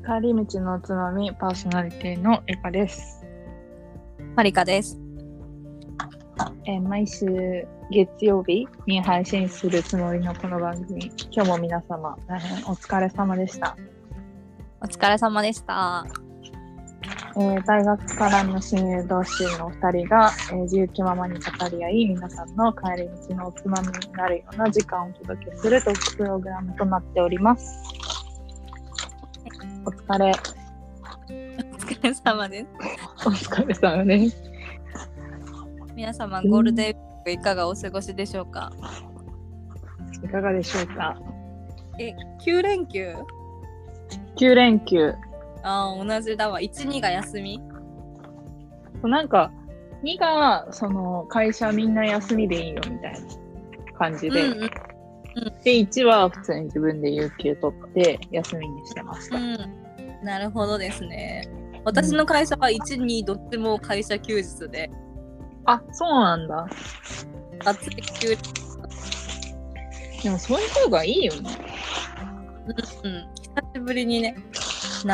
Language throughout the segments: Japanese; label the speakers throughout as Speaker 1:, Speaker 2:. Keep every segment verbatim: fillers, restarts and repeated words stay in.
Speaker 1: 帰り道のつまみパーソナリティのエカです。
Speaker 2: マリカです。
Speaker 1: えー、毎週月曜日に配信するつもりのこの番組、今日も皆様大変お疲れ様でした。
Speaker 2: お疲れ様でした。
Speaker 1: えー、大学からの親友同士のお二人が、えー、自由気ままに語り合い、皆さんの帰り道のおつまみになるような時間をお届けするトークプログラムとなっております。お疲れ。
Speaker 2: お疲れ様です。
Speaker 1: お疲れ様です。
Speaker 2: 皆様ゴールデンウィークいかがお過ごしでしょうか。
Speaker 1: いかがでしょうか。
Speaker 2: え、きゅう連休？
Speaker 1: きゅう連休。
Speaker 2: ああ、同じだわ。いち、にが休み？
Speaker 1: なんかにがその会社みんな休みでいいよみたいな感じで、うんうんうん、でいちは普通に自分で有給取って休みにしてました。
Speaker 2: うん、なるほどですね。私の会社はいち、にどっちも会社休日で。
Speaker 1: あ、そうなんだ。
Speaker 2: がっつり休日。
Speaker 1: でもそういう方がいいよね。
Speaker 2: うん、うん、久しぶりにね。な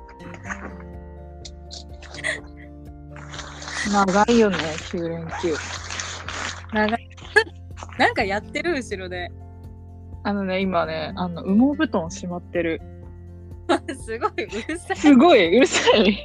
Speaker 1: 長いよね、きゅう連休。
Speaker 2: 長い。なんかやってる後ろで。
Speaker 1: あのね、今ね、あの羽毛布団しまってる。
Speaker 2: すごいうるさい。
Speaker 1: すごいうるさい。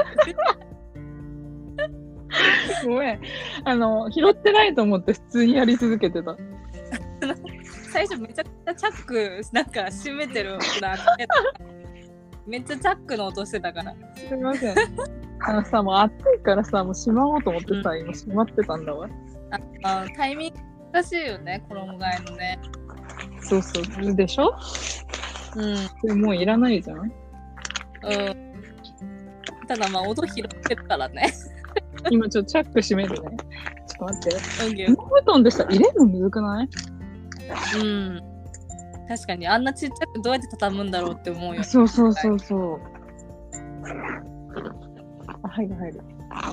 Speaker 1: ごめん。あの拾ってないと思って普通にやり続けてた。
Speaker 2: 最初めちゃくちゃチャックなんか閉めてるな。めっちゃチャックの音してたから。
Speaker 1: すみません。あのさ、もう暑いからさ、もうしまおうと思ってさ、うん、今しまってたんだわ。
Speaker 2: ああ、タイミング難しいよね、衣替えのね。
Speaker 1: そうそうでしょ。
Speaker 2: うん。
Speaker 1: それもういらないじゃん。うん。
Speaker 2: ただまあ音拾ってるからね。
Speaker 1: 今ちょっとチャック閉めるね。ちょっと待って。
Speaker 2: 羽
Speaker 1: 毛布団でさ入れるのむずくない？
Speaker 2: うん。確かにあんなちっちゃくどうやって畳むんだろうって思うよ。
Speaker 1: そうそうそうそう。あ、入る入る。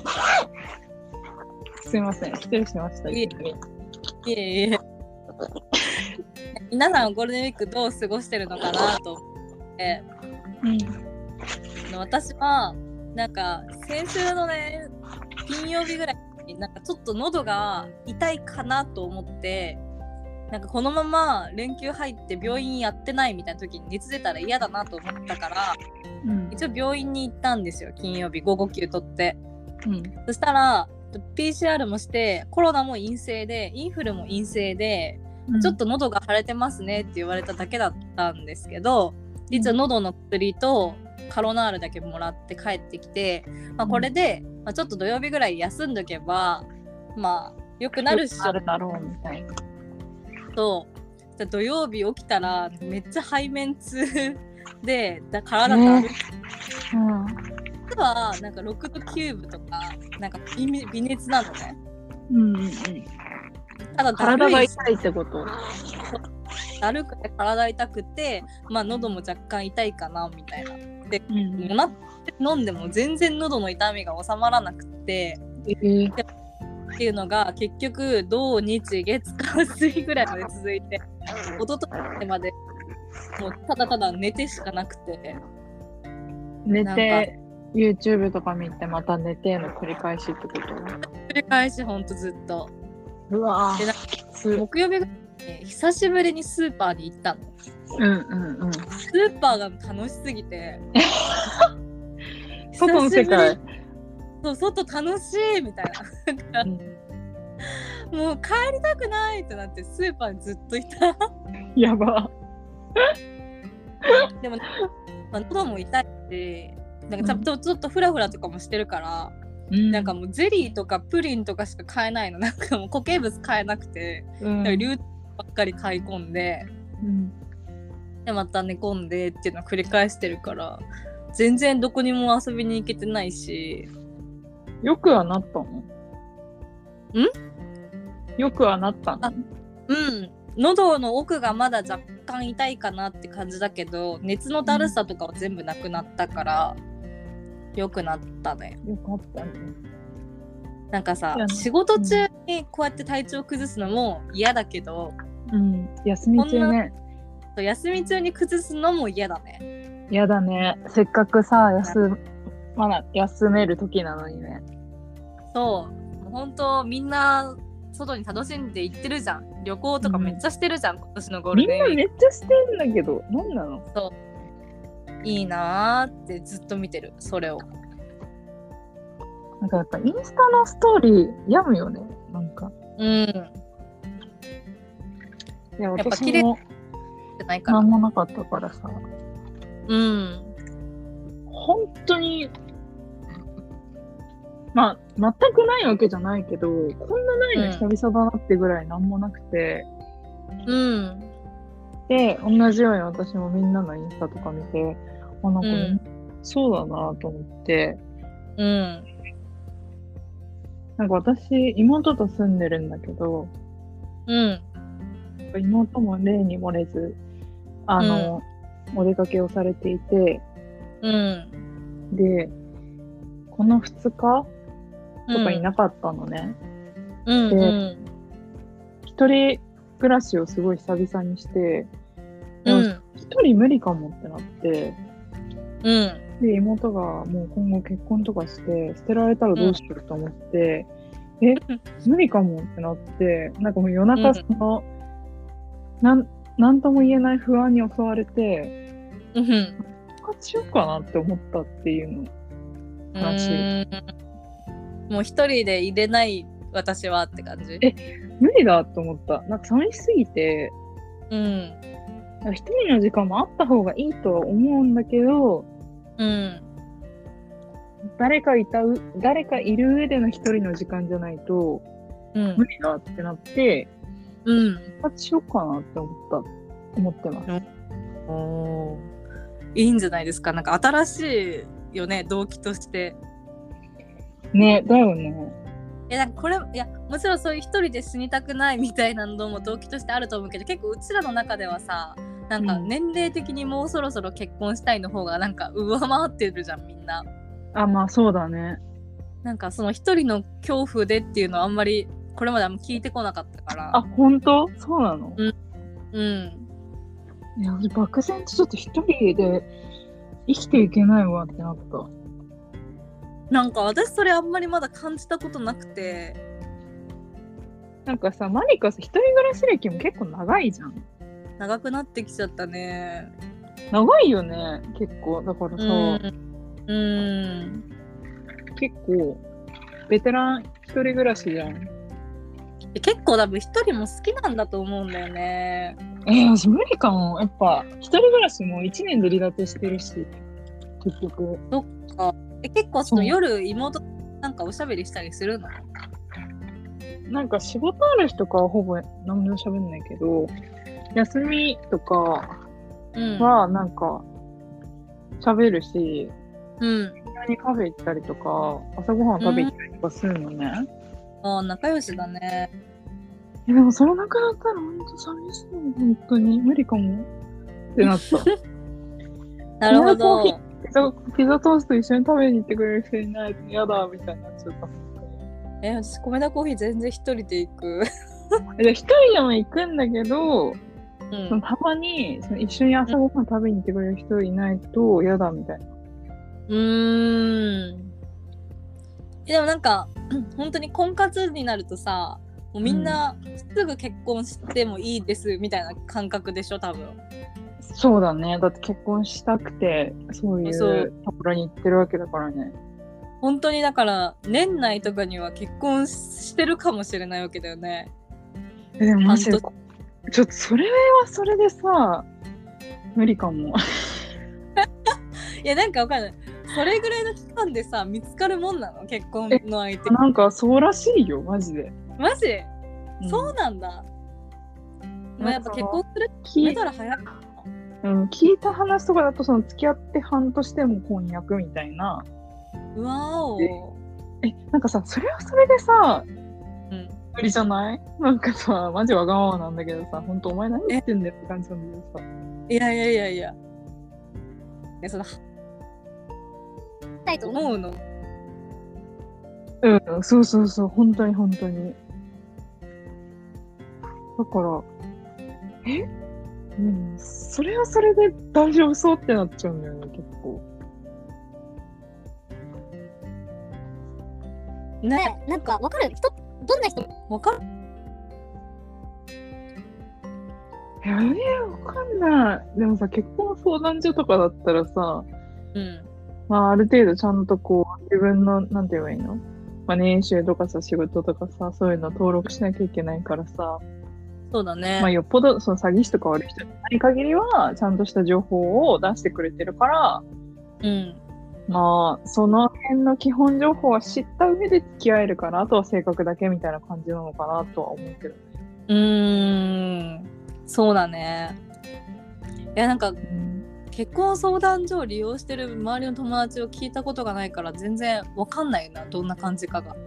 Speaker 1: すいません、失礼しました。い
Speaker 2: えいえいえ。皆さんはゴールデンウィークどう過ごしてるのかなと思って、うん、私はなんか先週のね金曜日ぐらいになんかちょっと喉が痛いかなと思って、なんかこのまま連休入って病院やってないみたいな時に熱出たら嫌だなと思ったから、うん、一応病院に行ったんですよ。金曜日午後休取って、うん、そしたら ピーシーアール もしてコロナも陰性でインフルも陰性で、うん、ちょっと喉が腫れてますねって言われただけだったんですけど、実は喉の薬とカロナールだけもらって帰ってきて、まあ、これで、まあ、ちょっと土曜日ぐらい休んどけばまあ良くなるし
Speaker 1: あるだろうみたいな。
Speaker 2: そう土曜日起きたらめっちゃ背面痛でだ体だるい、えーうん、実はなんかろくどきゅうぶとかなんか 微, 微熱なのね、うんうんうん、ただ
Speaker 1: 体が痛いってこと？
Speaker 2: だるくて体痛くて、まあ喉も若干痛いかなみたいなで、うん、なって飲んでも全然喉の痛みが収まらなくて、えー、っていうのが結局土日月火水ぐらいまで続いて、一昨日までもうただただ寝てしかなくて、
Speaker 1: 寝て YouTube とか見てまた寝ての繰り返しってこと？
Speaker 2: 繰り返しほんとずっと。
Speaker 1: うわ
Speaker 2: で木曜日ぐらいに久しぶりにスーパーに行ったの。
Speaker 1: うんうんうん。ス
Speaker 2: ーパーが楽しすぎて
Speaker 1: 外の世界、
Speaker 2: そう外楽しいみたいな、うん、もう帰りたくないってなってスーパーにずっといた。
Speaker 1: やば。
Speaker 2: でも、まあ、喉も痛いしなんかちょっと、ちょっとフラフラとかもしてるから、うん、なんかもうゼリーとかプリンとかしか買えないの。なんかもう固形物買えなくて、うん、流通ばっかり買い込んで、うん、でまた寝込んでっていうのを繰り返してるから全然どこにも遊びに行けてないし。
Speaker 1: よくはなったの？
Speaker 2: ん？
Speaker 1: よくはなったの？
Speaker 2: うん。喉の奥がまだ若干痛いかなって感じだけど、熱のだるさとかは全部なくなったから、うん、よくなったね。
Speaker 1: よかったね。
Speaker 2: なんかさ、仕事中にこうやって体調崩すのも嫌だけど、
Speaker 1: うん、休み中ね。
Speaker 2: 休み中に崩すのも嫌だね。
Speaker 1: やだね。せっかくさ、休まだ休める時なのにね。
Speaker 2: そう。もう本当みんな外に楽しんで行ってるじゃん。旅行とかめっちゃしてるじゃん、うん、今年のゴールデンウィーク。
Speaker 1: みんなめっちゃしてんだけど、なんなの？
Speaker 2: そう。いいなーってずっと見てる、それを。
Speaker 1: なんかやっぱインスタのストーリーやむよね、なんか。
Speaker 2: うん。
Speaker 1: いや、
Speaker 2: やっぱ
Speaker 1: 私
Speaker 2: 綺麗
Speaker 1: も
Speaker 2: じゃないから。
Speaker 1: なんもなかったからさ。
Speaker 2: うん。
Speaker 1: 本当に、まあ、全くないわけじゃないけど、こんなないの久々だなってぐらいなんもなくて。
Speaker 2: うん。
Speaker 1: で、同じように私もみんなのインスタとか見て、あ、なんか、うん、そうだなと思って。
Speaker 2: うん。
Speaker 1: なんか私、妹と住んでるんだけど、
Speaker 2: うん。
Speaker 1: 妹も例に漏れず、あの、うん、お出かけをされていて、
Speaker 2: うん。
Speaker 1: で、このふつかとかいなかったのね。
Speaker 2: うん、
Speaker 1: で、
Speaker 2: うん、
Speaker 1: 一人暮らしをすごい久々にして、
Speaker 2: うん、
Speaker 1: 一人無理かもってなって、
Speaker 2: うん、
Speaker 1: で、妹がもう今後結婚とかして捨てられたらどうしようと思って、うん、え、無理かもってなって、なんかもう夜中その、うん、なん、なんとも言えない不安に襲われて、
Speaker 2: うん、
Speaker 1: 復活しようかなって思ったっていうの話。
Speaker 2: もう一人で入れない私はって感じ。
Speaker 1: え、無理だと思った。なんか寂しすぎて、
Speaker 2: うん。
Speaker 1: 一人の時間もあった方がいいとは思うんだけど、
Speaker 2: うん。
Speaker 1: 誰かいたう、誰かいる上での一人の時間じゃないと、うん、無理だってなって、
Speaker 2: うん。
Speaker 1: 復活しようかなって思った、思ってます。
Speaker 2: うん、おー、いいんじゃないですか。なんか新しいよね、動機として。
Speaker 1: ね、だよね。
Speaker 2: いや、なんかこれ、いや、もちろんそういう一人で死にたくないみたいなのも動機としてあると思うけど、結構うちらの中ではさ、なんか年齢的にもうそろそろ結婚したいの方がなんか上回ってるじゃん、みんな。
Speaker 1: あ、まあそうだね。
Speaker 2: なんかその一人の恐怖でっていうのはあんまりこれまであんま聞いてこなかったから。
Speaker 1: あ、本当？そうなの？
Speaker 2: うん。うん。
Speaker 1: いや、漠然とちょっと一人で生きていけないわってなった。
Speaker 2: なんか私それあんまりまだ感じたことなくて。
Speaker 1: なんかさ、マリカさ、一人暮らし歴も結構長いじゃん。
Speaker 2: 長くなってきちゃったね。
Speaker 1: 長いよね、結構。だからさ、
Speaker 2: うん、うん、
Speaker 1: 結構ベテラン一人暮らしじゃん。
Speaker 2: 結構多分一人も好きなんだと思うんだよね。
Speaker 1: えー、私無理かも。やっぱ一人暮らしもいちねんで離脱してるし、結局。
Speaker 2: そっか。え、結構その夜妹なんかおしゃべりしたりするの？
Speaker 1: なんか仕事ある日とかはほぼ何も喋んないけど、休みとかはなんか喋るし、うん、みんなにカフェ行ったりとか、朝ごはん食べ行ったりとかするのね。
Speaker 2: うん、ああ、仲良しだね。
Speaker 1: でもそれなくなったらほんと寂しい。本当に無理かもってなった。
Speaker 2: なるほど。
Speaker 1: ピザ、ピザトースト一緒に食べに行ってくれる人いないと嫌だみたいになっちゃった。
Speaker 2: え、私米田コーヒー全然一人で行く。
Speaker 1: 一人でも行くんだけど、うん、そのたまにその一緒に朝ごはん食べに行ってくれる人いないと嫌だみたいな。
Speaker 2: うーん。でもなんか本当に婚活になるとさ、もうみんなすぐ結婚してもいいですみたいな感覚でしょ、多分。
Speaker 1: そうだね。だって結婚したくてそういうところに行ってるわけだからね。
Speaker 2: 本当にだから年内とかには結婚してるかもしれないわけだよね。
Speaker 1: え、でもマジでちょっとそれはそれでさ無理かも。
Speaker 2: いや、なんかわかんない。それぐらいの期間でさ見つかるもんなの？結婚の相手。
Speaker 1: なんかそうらしいよ、マジで。
Speaker 2: マジ？うん、そうなんだ。まあ、やっぱ結婚するって決めたら早い。
Speaker 1: うん、聞いた話とかだとその付き合って半年でも婚約みたいな。
Speaker 2: うわお。
Speaker 1: え、なんかさ、それはそれでさ、
Speaker 2: うん、
Speaker 1: 無理じゃない？なんかさ、マジわがままなんだけどさ、ほんとお前何言ってんだよって感じなんだけどさ。
Speaker 2: いやいやいやいや。え、そのないと思うの？
Speaker 1: うん、そうそうそう、本当に本当に。だから、えうん、それはそれで大丈夫そうってなっちゃうんだよね、結構。
Speaker 2: ね、なんかわかる人、どんな人わかる？
Speaker 1: えー、わかんない。でもさ、結婚相談所とかだったらさ、
Speaker 2: うん。
Speaker 1: まあ、ある程度ちゃんとこう、自分の、なんて言えばいいの、まあ、年収とかさ、仕事とかさ、そういうの登録しなきゃいけないからさ、
Speaker 2: そうだね。
Speaker 1: まあ、よっぽどその詐欺師とか悪い人じゃない限りは、ちゃんとした情報を出してくれてるから、
Speaker 2: うん。
Speaker 1: まあ、その辺の基本情報は知った上で付き合えるから、あとは性格だけみたいな感じなのかなとは思うけどね。
Speaker 2: うーん。そうだね。いや、なんか、
Speaker 1: うん、
Speaker 2: 結婚相談所を利用してる周りの友達を聞いたことがないから全然わかんないな、どんな感じかが。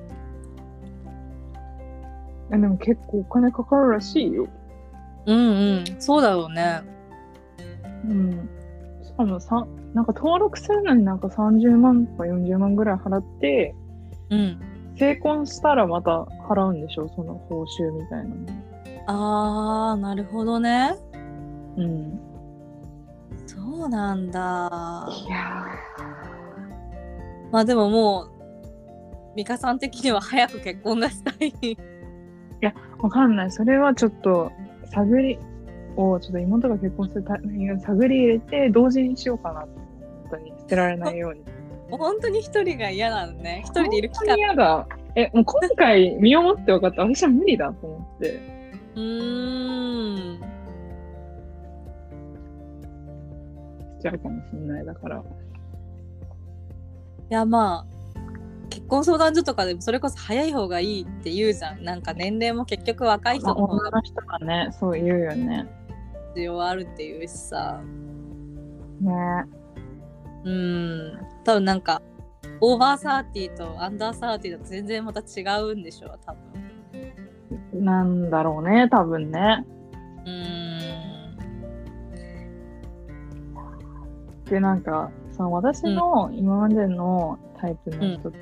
Speaker 1: でも結構お金かかるらしいよ。
Speaker 2: うんうん、そうだろうね。
Speaker 1: うん。しかもさ、なんか登録するのになんかさんじゅうまんとかよんじゅうまんぐらい払って、
Speaker 2: うん。
Speaker 1: 成婚したらまた払うんでしょ、その報酬みたいなの。
Speaker 2: あー、なるほどね。
Speaker 1: うん。
Speaker 2: そうなんだ。
Speaker 1: いや
Speaker 2: まあでももう美香さん的には早く結婚がしたい。
Speaker 1: いや、わかんない。それはちょっと探りを、ちょっと妹が結婚するタイミングで探り入れて同時にしようかなって。本当に捨てられないように。
Speaker 2: 本当に一人が嫌なのね。一人でいる期間。
Speaker 1: 本当に嫌だ。え、もう今回身をもって分かった。私は無理だと思って。
Speaker 2: うーん。
Speaker 1: しちゃうかもしれない。だから。
Speaker 2: いや、まあ結婚相談所とかでもそれこそ早い方がいいって言うじゃん。なんか年齢も結局若い人の方が
Speaker 1: 女の人がね、そう言うよね。
Speaker 2: 需要あるっていうしさ。
Speaker 1: ね。
Speaker 2: うーん。多分なんかオーバーサーティーとアンダーサーティーだと全然また違うんでしょ、多分。
Speaker 1: なんだろうね、多分ね。
Speaker 2: うーん。
Speaker 1: で、なんか、その私の今までのタイプの人って、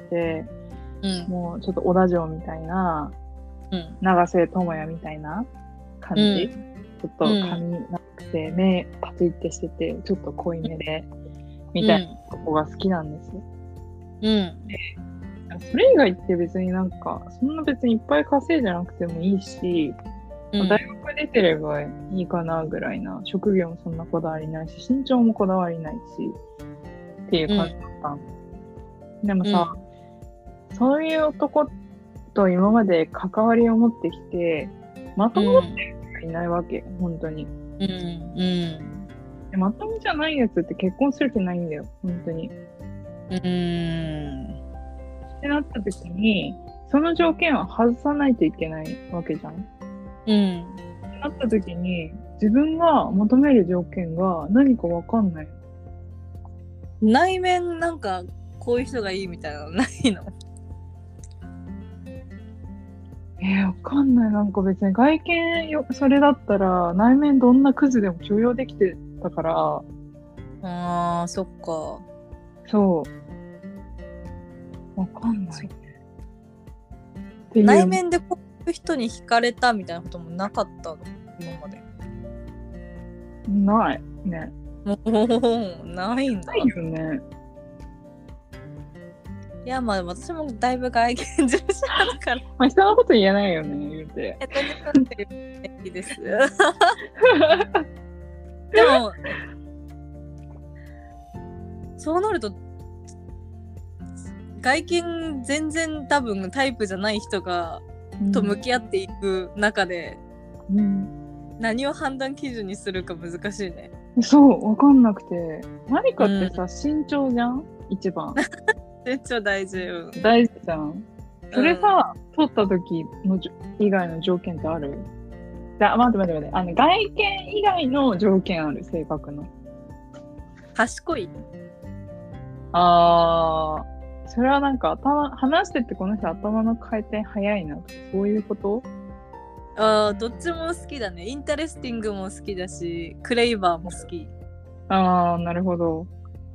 Speaker 2: うん、
Speaker 1: もうちょっと小田城みたいな、
Speaker 2: うん、
Speaker 1: 永瀬智也みたいな感じ、うん、ちょっと髪なくて、うん、目パチってしてて、ちょっと濃いめで、みたいなとこが好きなんですよ。
Speaker 2: うん。
Speaker 1: で、それ以外って別になんか、そんな別にいっぱい稼いじゃなくてもいいし、うん、大学出てればいいかなぐらいな、職業もそんなこだわりないし、身長もこだわりないし、っていう感じだったん、うん、でもさ、うん、そういう男と今まで関わりを持ってきて、まともってる人がいないわけ、うん、本当に。
Speaker 2: うん、うん。
Speaker 1: でまともじゃないやつって結婚する気ないんだよ、本当に。
Speaker 2: うん。
Speaker 1: ってなった時に、その条件は外さないといけないわけじゃん。
Speaker 2: うん。
Speaker 1: ってなった時に、自分が求める条件が何かわかんない。
Speaker 2: 内面なんかこういう人がいいみたいなのないの？
Speaker 1: えー、わかんない。なんか別に外見よ、それだったら内面どんなクズでも許容できてたから。
Speaker 2: あー、そっか。
Speaker 1: そう。わかんない。
Speaker 2: 内面でこういう人に惹かれたみたいなこともなかったの？今まで。
Speaker 1: ないね。
Speaker 2: もうないんだ。
Speaker 1: ないよね。
Speaker 2: いや、まあ私もだいぶ外見重視だから。
Speaker 1: まあ人のこと言えないよね、言うて。
Speaker 2: えっとにかんっていいです。でもそうなると外見全然多分タイプじゃない人が、うん、と向き合っていく中で、うん、何を判断基準にするか難しいね。
Speaker 1: そう、わかんなくて。何かってさ、うん、身長じゃん一番。
Speaker 2: 身長大事よ。
Speaker 1: 大事じゃん。それさ、うん、取った時の以外の条件ってある？だ待って待って待って。あの、外見以外の条件ある？性格の。
Speaker 2: 賢い？
Speaker 1: あー、それはなんか頭、話してってこの人頭の回転早いなとか、そういうこと？
Speaker 2: あー、どっちも好きだね。インタレスティングも好きだし、クレイバーも好き。
Speaker 1: あー、なるほど。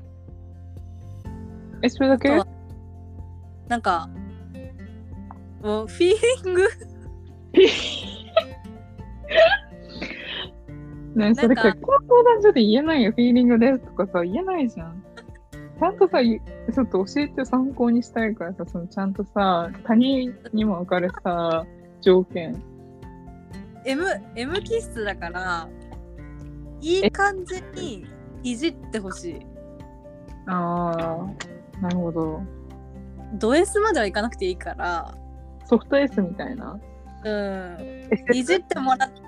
Speaker 1: え、それだけ？
Speaker 2: なんか、もうフィーリング
Speaker 1: ね、それ結婚相談所で言えないよ、フィーリングですとかさ、言えないじゃん。ちゃんとさ、ちょっと教えて参考にしたいからさ、そのちゃんとさ、他人にも分かるさ、条件。
Speaker 2: M、M 気質だから、いい感じにいじってほしい。
Speaker 1: ああ、なるほど。
Speaker 2: ド S まではいかなくていいから、
Speaker 1: ソフト S みたいな。
Speaker 2: うん。いじってもらって、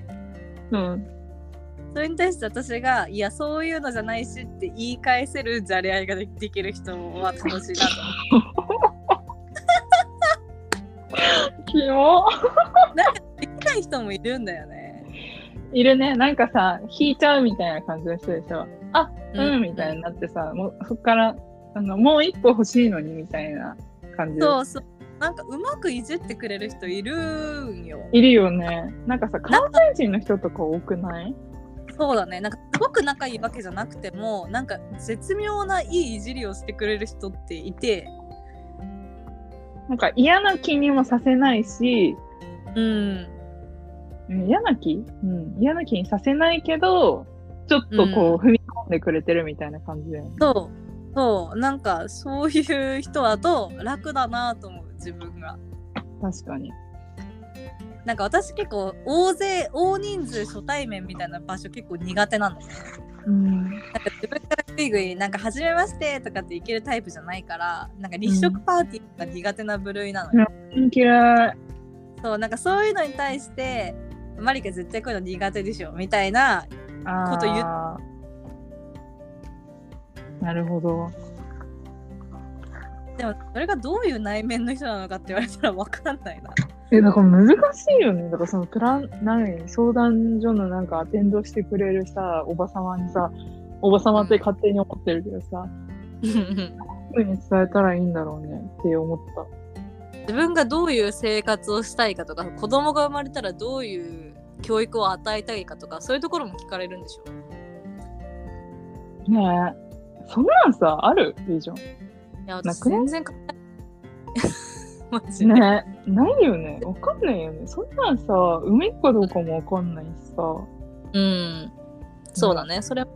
Speaker 1: うん。
Speaker 2: それに対して私がいやそういうのじゃないしって言い返せるじゃれ合いができる人は楽しいなと思
Speaker 1: う。キモ。
Speaker 2: なんかできない人もいるんだよね。
Speaker 1: いるね。なんかさ、引いちゃうみたいな感じの人でしょ。あ、うん、
Speaker 2: うん、
Speaker 1: みたいになってさ、もうそっからあのもう一個欲しいのにみたいな感じ。
Speaker 2: そうそう。なんかうまくいじってくれる人いるんよ。
Speaker 1: いるよね。なんかさ、関西人の人とか多くない？
Speaker 2: そうだね。なんかすごく仲いいわけじゃなくても、なんか絶妙ないいいじりをしてくれる人っていて、
Speaker 1: なんか嫌な気にもさせないし、
Speaker 2: うん、
Speaker 1: 嫌な気？うん、嫌な気にさせないけど、ちょっとこう、うん、踏み込んでくれてるみたいな感じだよね。
Speaker 2: そう、そう、なんかそういう人だと楽だなと思う、自分が。
Speaker 1: 確かに。
Speaker 2: なんか私結構大勢大人数初対面みたいな場所結構苦手なんだよね。うん、なんか自分からグイグイなんか初めましてとかっていけるタイプじゃないから、なんか立食パーティーが苦手な部類なのよ。
Speaker 1: うん、嫌い。
Speaker 2: そう、なんかそういうのに対してマリカ絶対こういうの苦手でしょみたいなこと言う。
Speaker 1: なるほど。
Speaker 2: でもそれがどういう内面の人なのかって言われたら分かんないな。
Speaker 1: え、だから難しいよね。だからそのプラン、何、相談所のなんかアテンドしてくれるさ、おばさまにさ、おばさまって勝手に思ってるけどさ、どういう風に伝えたらいいんだろうねって思った。
Speaker 2: 自分がどういう生活をしたいかとか、子供が生まれたらどういう教育を与えたいかとか、そういうところも聞かれるんでしょ。
Speaker 1: ねえ、そんなんさ、あるビジョン。
Speaker 2: いや、私全然考えマジで
Speaker 1: ね、ないよね。わかんないよね。そんなんさ、海かどうかもわかんないしさ。
Speaker 2: うん、そうだね。うん、それ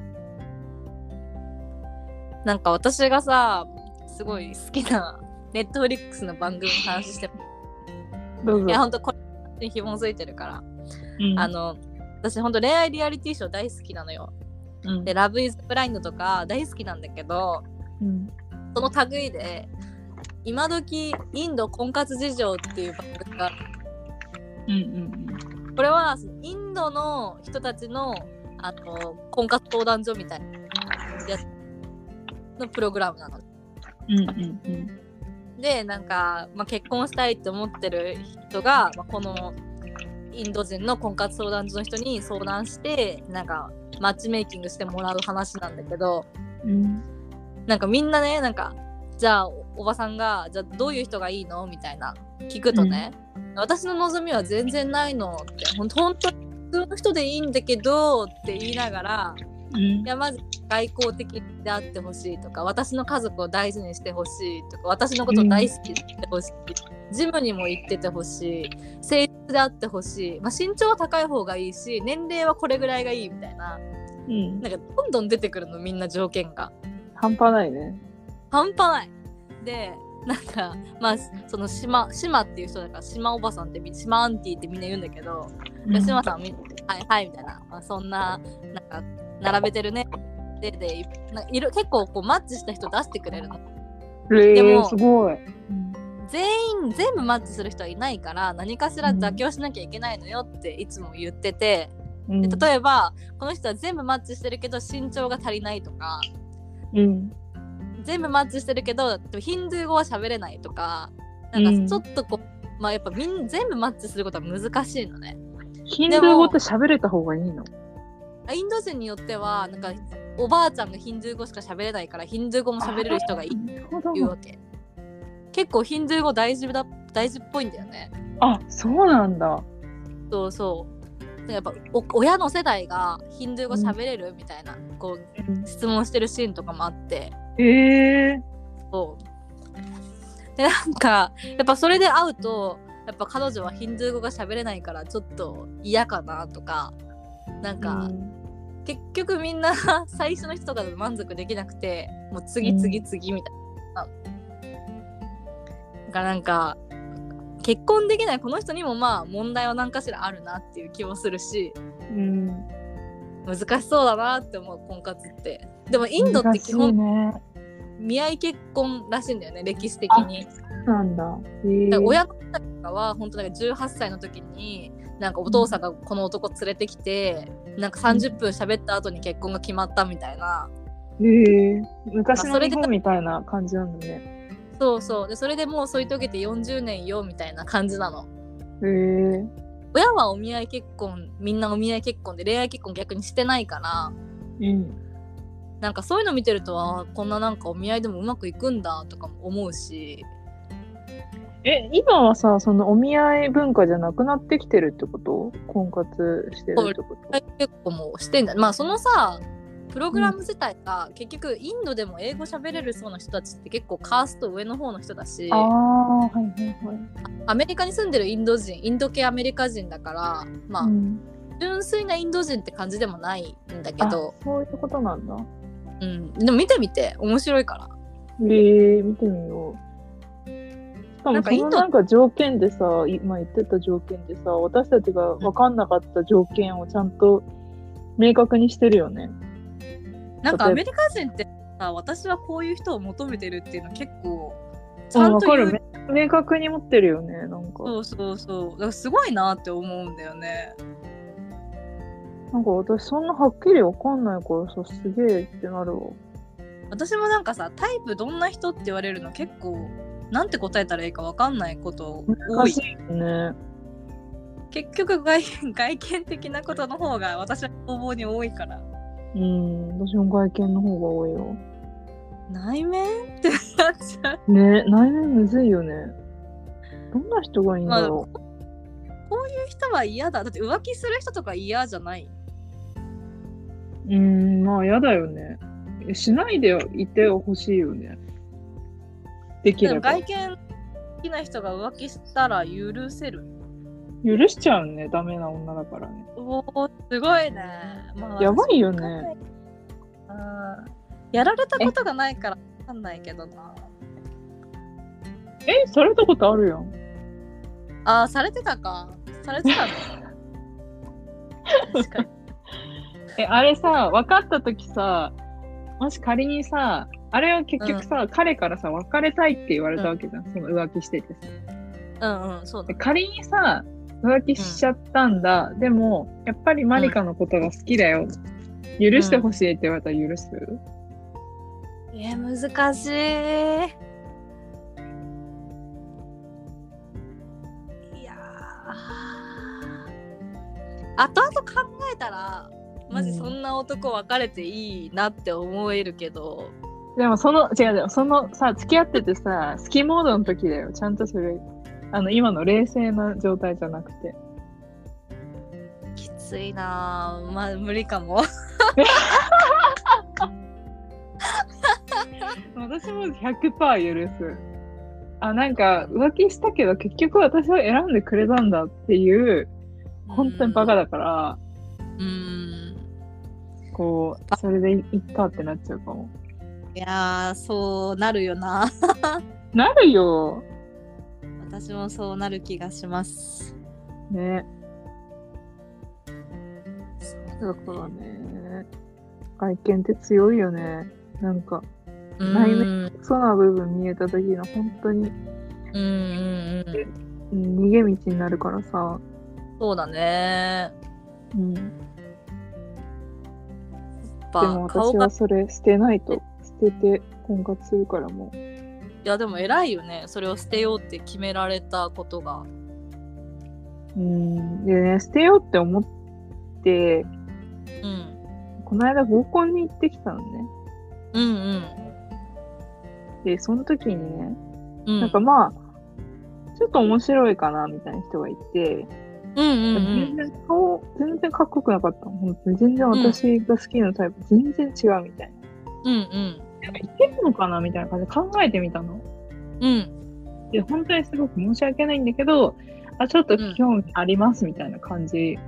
Speaker 2: なんか私がさ、すごい好きなネットフリックスの番組の話しても
Speaker 1: どうぞ。
Speaker 2: いや、ほんとこれに紐づいてるから、うん、あの私ほんと恋愛リアリティショー大好きなのよ。うん、で、ラブイズブラインドとか大好きなんだけど、うん、その類で今時インド婚活事情っていう番組がある、うんうんうん、これはインドの人たちの、あの婚活相談所みたいなやつのプログラムなの、うんうんうん、でなんか、まあ、結婚したいって思ってる人が、まあ、このインド人の婚活相談所の人に相談してなんかマッチメイキングしてもらう話なんだけど、うん、なんかみんなねなんかじゃあおばさんがじゃあどういう人がいいのみたいな聞くとね、うん、私の望みは全然ないのってほんと本当に普通の人でいいんだけどって言いながら、うん、いやまず外交的であってほしいとか私の家族を大事にしてほしいとか私のことを大好きでしてほしい、うん、ジムにも行っててほしい誠実であってほしい、まあ、身長は高い方がいいし年齢はこれぐらいがいいみたいな、うん、なんかどんどん出てくるのみんな条件が
Speaker 1: 半端ないね。
Speaker 2: 半端ないでなんかまあその島島っていう人だから島おばさんって島アンティってみんな言うんだけど、うん、島さんはいはいみたいな、まあ、そんななんか並べてるねででないる結構こうマッチした人出してくれるの、
Speaker 1: えー、でもすごい
Speaker 2: 全員全部マッチする人はいないから何かしら妥協しなきゃいけないのよっていつも言ってて、うん、で例えばこの人は全部マッチしてるけど身長が足りないとか、うん全部マッチしてるけどヒンドゥー語は喋れないとかなんかちょっとこう、うん、まあやっぱみん全部マッチすることは難しいのね。
Speaker 1: ヒンドゥー語って喋れた方がいいの？
Speaker 2: インド人によってはなんかおばあちゃんがヒンドゥー語しか喋れないからヒンドゥー語も喋れる人がいいっていうわけ。結構ヒンドゥー語大事だ大事っぽいんだよね。
Speaker 1: あ、そうなんだ。
Speaker 2: そうそうやっぱお親の世代がヒンドゥー語喋れる、うん、みたいなこう質問してるシーンとかもあって
Speaker 1: えー、
Speaker 2: そうでなんかやっぱそれで会うとやっぱ彼女はヒンドゥー語が喋れないからちょっと嫌かなとかなんか、うん、結局みんな最初の人とかで満足できなくてもう次次次みたいな、うん、だからなんか結婚できないこの人にもまあ問題は何かしらあるなっていう気もするし、うん、難しそうだなって思う婚活って。でもインドって基本、ね、見合い結婚らしいんだよね、歴史的に。
Speaker 1: なんだ。へー。
Speaker 2: だから親の方とかは本当なんかじゅうはっさいの時になんかお父さんがこの男連れてきて、うん、なんかさんじゅっぷん喋った後に結婚が決まったみたいな。
Speaker 1: へえ。昔の日本みたいな感じなんだね。
Speaker 2: そうそう。でそれでもう添い遂げてよんじゅうねんよみたいな感じなの。
Speaker 1: へえ。
Speaker 2: 親はお見合い結婚、みんなお見合い結婚で恋愛結婚逆にしてないから、うん、なんかそういうの見てるとあこんななんかお見合いでもうまくいくんだとかも思うし。
Speaker 1: え、今はさ、そのお見合い文化じゃなくなってきてるってこと？婚活してるってこと？
Speaker 2: 結構もうしてんだ。まあそのさプログラム自体が、うん、結局インドでも英語喋れるそうな人たちって結構カースト上の方の人だし、
Speaker 1: あ、はいはいはい、
Speaker 2: アメリカに住んでるインド人、インド系アメリカ人だからまあ、うん、純粋なインド人って感じでもないんだけど。
Speaker 1: そういうことなんだ。
Speaker 2: うん、でも見てみて面白いから。
Speaker 1: えー、見てみよう。しかもそのなんか条件でさ、今言ってた条件でさ、私たちが分かんなかった条件をちゃんと明確にしてるよね。
Speaker 2: なんかアメリカ人ってさ、私はこういう人を求めてるっていうの結構ちゃんと言う、
Speaker 1: うん、明確に持ってるよね。なんか
Speaker 2: そうそうそう、だからすごいなって思うんだよね。
Speaker 1: なんか私そんなはっきりわかんないからさ、すげえってなるわ。
Speaker 2: 私もなんかさ、タイプどんな人って言われるの結構なんて答えたらいいかわかんないこと多い。
Speaker 1: 難しいよね。
Speaker 2: 結局外外見的なことの方が私は応募に多いから。
Speaker 1: うん、私も外見の方が多いよ。
Speaker 2: 内面ってなっちゃう。
Speaker 1: ね、内面むずいよね。どんな人がいいんだろう。
Speaker 2: まあ、こういう人は嫌だ。だって浮気する人とか嫌じゃない？
Speaker 1: うーん、まあ嫌だよね。しないでいてほしいよね。できれば。
Speaker 2: 外見好きな人が浮気したら許せる？
Speaker 1: 許しちゃうね。ダメな女だからね。
Speaker 2: おー、すごいね。
Speaker 1: まあ、やばいよね。
Speaker 2: あ、やられたことがないから分かんないけどな。
Speaker 1: え、されたことあるやん。
Speaker 2: あー、されてたか。されてたの確かに。
Speaker 1: え、あれさ、分かったときさ、もし仮にさ、あれは結局さ、うん、彼からさ、別れたいって言われたわけじゃん。うん、その浮気しててさ。
Speaker 2: うんうん、そうだ。
Speaker 1: 仮にさ、浮気しちゃったんだ、うん、でもやっぱりマリカのことが好きだよ、うん、許してほしいって言われたら許す？
Speaker 2: うん、えー、難しい。いや後々考えたらマジそんな男別れていいなって思えるけど、
Speaker 1: うん、でもその違う違うそのさ付き合っててさ好きモードの時だよ。ちゃんとそれあの今の冷静な状態じゃなくて。
Speaker 2: きついなぁ。まあ無理かも。
Speaker 1: 私も ひゃくパーセント 許す。あ、なんか浮気したけど結局私は選んでくれたんだっていう本当にバカだから、うーん、こうそれでいっかってなっちゃうかも。
Speaker 2: いやーそうなるよな。
Speaker 1: なるよ。
Speaker 2: 私もそうなる気がします
Speaker 1: ね。だからね、外見って強いよね。なんか内面そうな部分見えた時の本当にうんうんうん、逃げ道になるからさ。
Speaker 2: そうだね。うん。で
Speaker 1: も私はそれ捨てないと、捨てて婚活するからもう。
Speaker 2: いやでも偉いよね。それを捨てようって決められたことが。
Speaker 1: うん。でね、捨てようって思って、うん。この間合コンに行ってきたのね。うんうん。で、その時にね、うん、なんかまあ、ちょっと面白いかなみたいな人がいて、うんうんうん、全然顔、全然かっこよくなかったの。本当に全然私が好きなタイプ、うん、全然違うみたいな。うんうん。なんかいけるのかなみたいな感じで考えてみたの。うん。で、本当にすごく申し訳ないんだけど、あ、ちょっと興味ありますみたいな感じ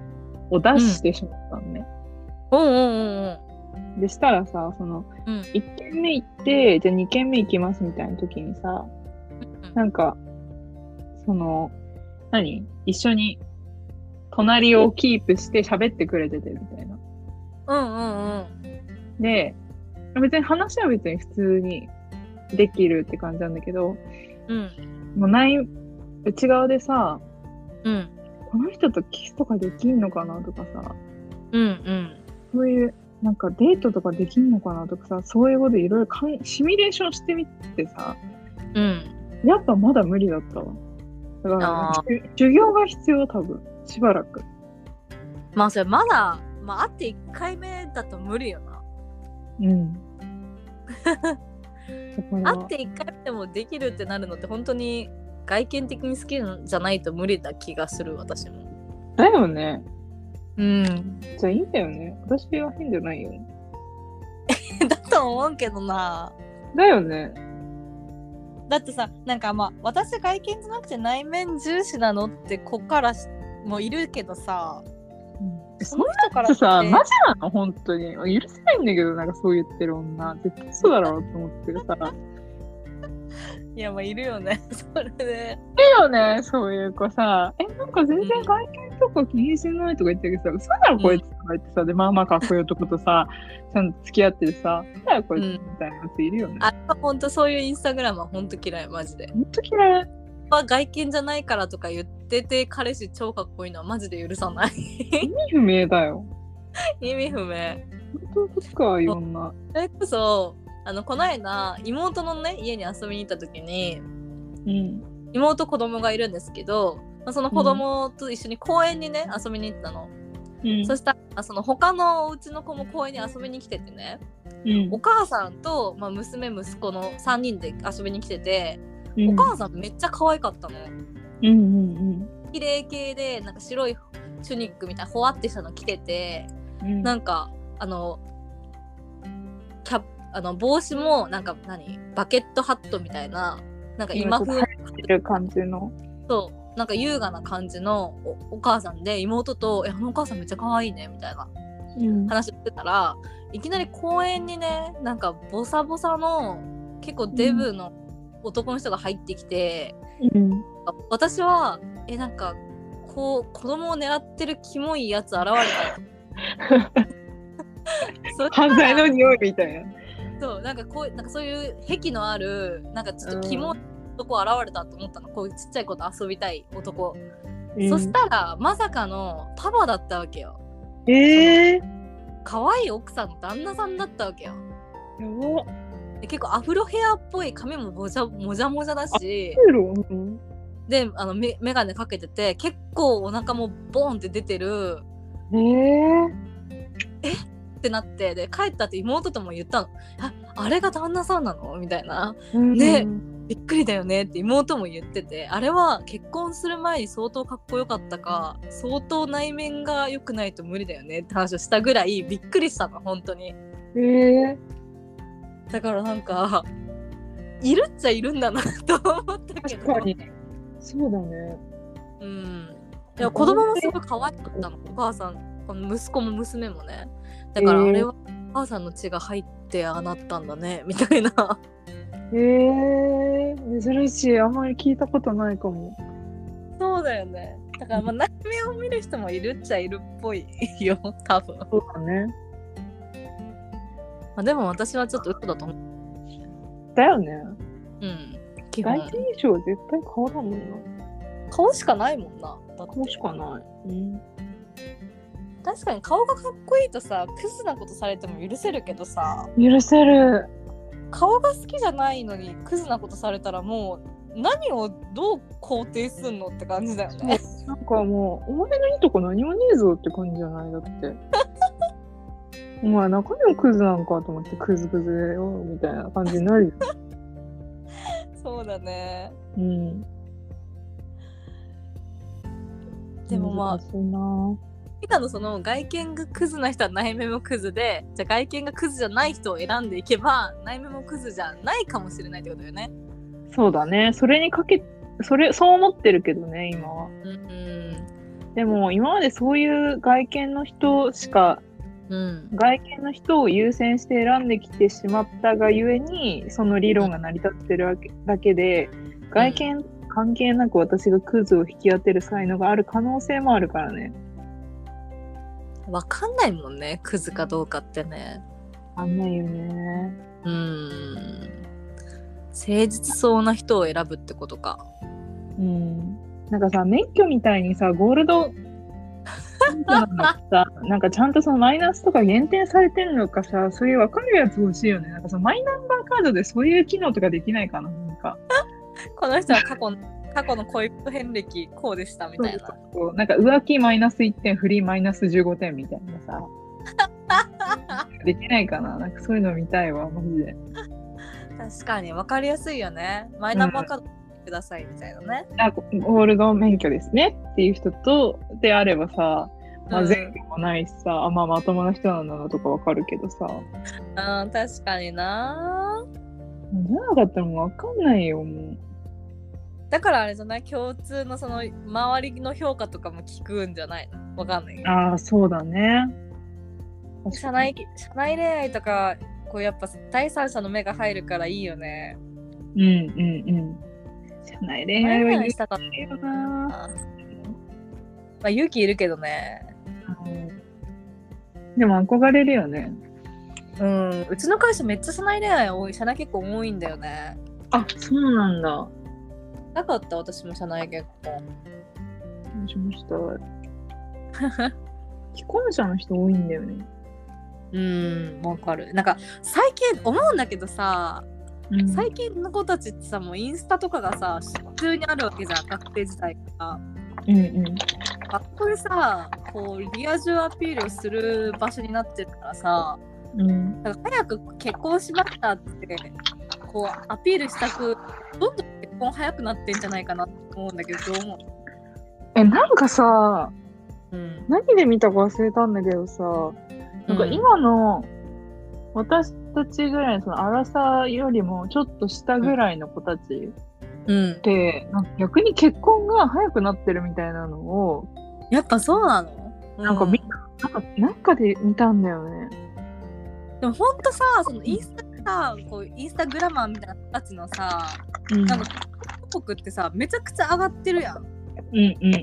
Speaker 1: を出してしまったのね。
Speaker 2: うんうんうんうん。
Speaker 1: でしたらさ、その、
Speaker 2: うん、
Speaker 1: いっけんめ行って、じゃあにけんめ行きますみたいな時にさ、
Speaker 2: うん、
Speaker 1: なんか、その、何一緒に隣をキープして喋ってくれててみたいな。
Speaker 2: うんうんうん。
Speaker 1: で、別に話は別に普通にできるって感じなんだけど、
Speaker 2: うん。
Speaker 1: もう内、内側でさ、
Speaker 2: うん。
Speaker 1: この人とキスとかできんのかなとかさ、
Speaker 2: うんうん。
Speaker 1: そういう、なんかデートとかできんのかなとかさ、そういうこといろいろかんシミュレーションしてみてさ、
Speaker 2: うん。
Speaker 1: やっぱまだ無理だったわ。だから
Speaker 2: あ
Speaker 1: し修行が必要、多分。しばらく。
Speaker 2: まあそれまだ、まあ会っていっかいめだと無理よな。
Speaker 1: うん。だから
Speaker 2: 会っていっかいめでもできるってなるのって本当に外見的に好きじゃないと無理な気がする、私も。
Speaker 1: だよね。
Speaker 2: うん。
Speaker 1: じゃあいいんだよね。私は変じゃないよ。
Speaker 2: だと思うけどな。
Speaker 1: だよね。
Speaker 2: だってさ、なんかまあ私外見じゃなくて内面重視なのって子からしもいるけどさ、
Speaker 1: うん、
Speaker 2: その人からって
Speaker 1: さ、マジなの本当に。許せないんだけど、なんかそう言ってる女。絶対そうだろうと思ってるさ。
Speaker 2: いやまあいるよね。それで。
Speaker 1: いいよね、そういう子さ。え、なんか全然外見とか気にしてないとか言ってるけどさ、嘘だろこいつとか言ってさ、で、まあまあかっこいい男とさ、ちゃんと付き合ってるさ、嘘だよこいつみたいなやついるよね。
Speaker 2: あ、ほんとそういうインスタグラムはほんと嫌い、マジで。
Speaker 1: ほんと嫌い。
Speaker 2: 外見じゃないからとか言ってて彼氏超かっこいいのはマジで許さない。
Speaker 1: 意味不明だよ。
Speaker 2: 意味不明。
Speaker 1: 本当ですか、いろんな。
Speaker 2: それこそあのこの間妹のね家に遊びに行った時に、
Speaker 1: うん、
Speaker 2: 妹子供がいるんですけど、まあ、その子供と一緒に公園にね遊びに行ったの、うん、そしたらその他のお家の子も公園に遊びに来ててね、うん、お母さんと、まあ、娘息子のさんにんで遊びに来てて、うん、お母さんめっちゃ可愛かったの、うんうんうん、綺麗系でなんか白いチュニックみたいなほわってしたの着てて、うん、なんかあのキャあの帽子もなんか何バケットハットみたいななんか今風な
Speaker 1: る感じの
Speaker 2: そうなんか優雅な感じの お, お母さんで妹と「えあのお母さんめっちゃ可愛いね」みたいな話してたら、うん、いきなり公園にねなんかボサボサの結構デブの男の人が入ってきて、うん、私はえなんかこう子供を狙ってるキモいやつ現れた
Speaker 1: 犯罪の匂いみたいな。
Speaker 2: そうなんかこうなんかそういう癖のあるなんかちょっとキモい男現れたと思ったの、うん、こういうちっちゃい子と遊びたい男、うん、そしたらまさかのパパだったわけよ。
Speaker 1: えー、
Speaker 2: 可愛い奥さんの旦那さんだったわけよ。で結構アフロヘアっぽい髪ももじゃもじゃもじゃだし、うん、であのメガネかけてて結構お腹もボーンって出てる。
Speaker 1: えー、
Speaker 2: えってなってで帰ったって妹とも言ったの。 あ, あれが旦那さんなのみたいな、うん、でびっくりだよねって妹も言ってて、あれは結婚する前に相当かっこよかったか相当内面が良くないと無理だよねって話をしたぐらいびっくりしたの本当に。
Speaker 1: えー、
Speaker 2: だからなんかいるっちゃいるんだなと思ったけど。
Speaker 1: 確かにそうだね。
Speaker 2: うん。でも子供もすごい可愛かったのお母さん息子も娘もね。だからあれはお母さんの血が入ってああなったんだねみたいな。
Speaker 1: へえー、珍しい。あんまり聞いたことないかも。
Speaker 2: そうだよね。だからまあ内面を見る人もいるっちゃいるっぽいよ多分。
Speaker 1: そうだね。
Speaker 2: まあ、でも私はちょっと嘘だと思
Speaker 1: う。だよね。
Speaker 2: うん。
Speaker 1: 第一印象は絶対顔だもんな。
Speaker 2: 顔しかないもんな。
Speaker 1: だ顔しかない。うん。
Speaker 2: 確かに顔がかっこいいとさクズなことされても許せるけどさ
Speaker 1: 許せる
Speaker 2: 顔が好きじゃないのにクズなことされたらもう何をどう肯定すんのって感じだよね。
Speaker 1: なんかもうお前のいいとこ何もねえぞって感じじゃないだってお前中身もクズなんかと思ってクズクズよみたいな感じになるよ
Speaker 2: そうだね。
Speaker 1: うん
Speaker 2: でもまあ今のその外見がクズな人は内面もクズでじゃあ外見がクズじゃない人を選んでいけば内面もクズじゃないかもしれないってことよね。
Speaker 1: そうだね。それにかけそれそう思ってるけどね今は。
Speaker 2: うん、うん、
Speaker 1: でも今までそういう外見の人しか、うん、外見の人を優先して選んできてしまったがゆえにその理論が成り立ってるわけだけで、外見関係なく私がクズを引き当てる才能がある可能性もあるからね。
Speaker 2: わかんないもんね、クズかどうかってね。
Speaker 1: わかんないよね。
Speaker 2: うーん。誠実そうな人を選ぶってことか。
Speaker 1: うん。なんかさ、免許みたいにさ、ゴールド免許なんださ、なんかちゃんとそのマイナスとか減点されてるのかさ、そういう分かるやつ欲しいよね。なんかそのマイナンバーカードでそういう機能とかできないかな、なんか。
Speaker 2: この人は過去の過去の恋人遍歴こうでしたみたいな。
Speaker 1: そうそうそう、なんか浮気マイナスいってん、不倫マイナスじゅうごてんみたいなさ。できないかな、なんかそういうの見たいわ、マジで。
Speaker 2: 確かに分かりやすいよね。マイナンバーカードくださいみたいなね。
Speaker 1: あ、ゴールド免許ですねっていう人とであればさ、まあ、前科もないしさ、うん、あ、まあまともな人なんだなとかわかるけどさ。
Speaker 2: うん、確かにな。
Speaker 1: じゃなかったらもうわかんないよ、もう。
Speaker 2: だからあれじゃない、共通のその周りの評価とかも聞くんじゃないの？わかんない。
Speaker 1: ああ、そうだね。
Speaker 2: 社内、社内恋愛とか、こうやっぱ第三者の目が入るからいいよね。
Speaker 1: うんうんうん。社内恋愛は勇気したかったよな。
Speaker 2: まあ勇気いるけどね。
Speaker 1: うん、でも憧れるよね。
Speaker 2: うん、うちの会社めっちゃ社内恋愛多い、社内結婚多いんだよね。
Speaker 1: あ、そうなんだ。
Speaker 2: なかった私も社内結婚。
Speaker 1: どうしました。既婚者の人多いんだよね。
Speaker 2: うん、わかる。なんか最近思うんだけどさ、うん、最近の子たちってさ、もうインスタとかがさ普通にあるわけじゃん、学生時代から。うんうん。あ、これさ、こうリア充アピールをする場所になってるからさ、うん、だから早く結婚しましたってこうアピールしたく、どんどん結婚早くなってんじゃないかなって思うんだけど、どう思う？
Speaker 1: え、なんかさ、うん、何で見たか忘れたんだけどさ、なんか今の私たちぐらいのそのアラサーよりもちょっと下ぐらいの子たちって、うん、なんか逆に結婚が早くなってるみたいなのを、
Speaker 2: やっぱそうなの？
Speaker 1: うん、なんか見た、なんか、なんかで見たんだよね。
Speaker 2: でもほんとさ、そのインスタさ、こうインスタグラマーみたいな子たちのさ、うん、なんか広告ってさめちゃくちゃ上がってるやん。うんうんうんうんうん。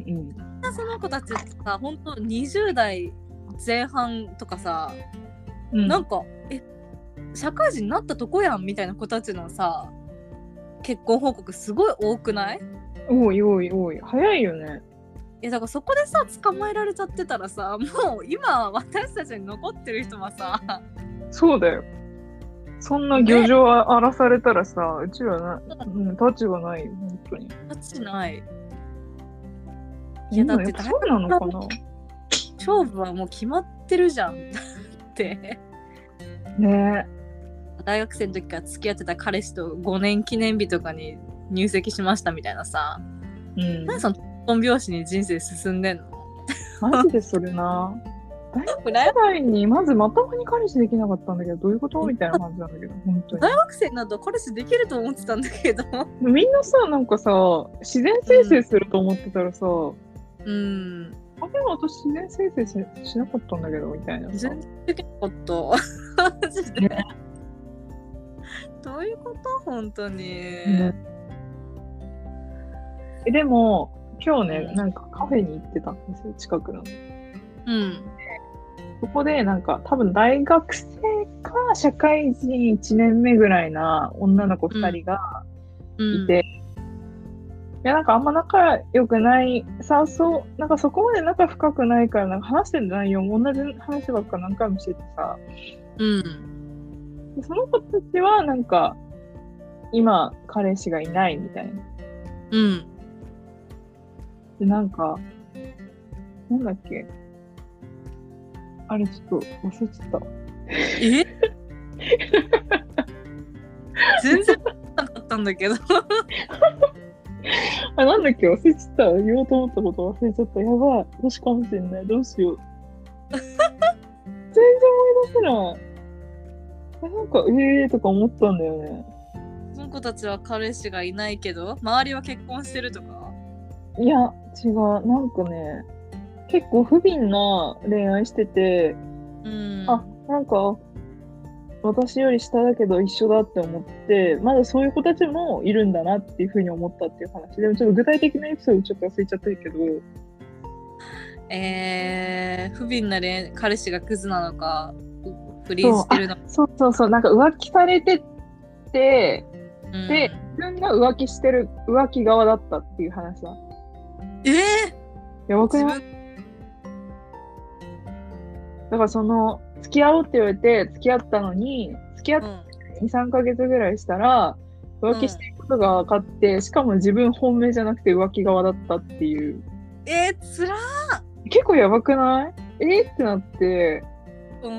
Speaker 2: みんなその子たちってさ、ほんとにじゅう代前半とかさ、うん、なんかえ社会人になったとこやんみたいな子たちのさ結婚報告すごい多くない？
Speaker 1: 多い多い多い。早いよね。
Speaker 2: いやだからそこでさ捕まえられちゃってたらさ、もう今私たちに残ってる人はさ、
Speaker 1: そうだよ。そんな漁場荒らされたらさ、ね、うちらな、うん、立場ないよ、本当に。
Speaker 2: 立ちない。
Speaker 1: いやだってそうなのかな。
Speaker 2: 勝負はもう決まってるじゃんって
Speaker 1: ね。
Speaker 2: 大学生の時から付き合ってた彼氏とごねん記念日とかに入籍しましたみたいなさ、うん、何そのトン拍子に人生進んでんの？
Speaker 1: マジでそれな。大学時代にまずまともに彼氏できなかったんだけど、どういうことみたいな感じなんだけど、本当に。
Speaker 2: 大学生になると彼氏できると思ってたんだけど。
Speaker 1: みんなさ、なんかさ、自然生成すると思ってたらさ、うん。うんあれは私自然生成 し, しなかったんだけどみたいな。
Speaker 2: 全然できなかった。マジで。ね、どういうこと本当に、ね。
Speaker 1: えでも今日ね、うん、なんかカフェに行ってたんですよ、近くの。うん。そこでなんか多分大学生か社会人いちねんめぐらいな女の子ふたりがいて。うんうんいやなんかあんま仲良くないさそうなんかそこまで仲深くないからなんか話してる内容も同じ話ばっか何回もしててさ、うん、でその子たちはなんか今彼氏がいないみたいな、うん、でなんかなんだっけあれちょっと忘れちゃった
Speaker 2: え全然なかったんだけど
Speaker 1: あ、なんだっけ忘れちゃった。言おうと思ったこと忘れちゃった。やばい。年かもしれない。どうしよう。全然思い出せない。なんか、えーとか思ったんだよね。
Speaker 2: その子たちは彼氏がいないけど、周りは結婚してるとか？
Speaker 1: いや、 違う。なんかね、結構不憫な恋愛してて、
Speaker 2: うん、
Speaker 1: あ、なんか、私より下だけど一緒だって思って、まだそういう子たちもいるんだなっていうふうに思ったっていう話。でもちょっと具体的なエピソードちょっと忘れちゃってるけど。
Speaker 2: えー、不憫な恋彼氏がクズなのか、不倫してるのか。
Speaker 1: そうそうそう、なんか浮気されてて、
Speaker 2: うん、
Speaker 1: で、自分が浮気してる、浮気側だったっていう話だ。
Speaker 2: えー、
Speaker 1: やばくない？だからその、付き合おうって言われて、付き合ったのに、付き合ってに、さんかげつぐらいしたら、浮気してることが分かって、うん、しかも自分本命じゃなくて浮気側だったっていう。
Speaker 2: えー、つら
Speaker 1: ー。結構やばくない？えー、ってなって、
Speaker 2: うん。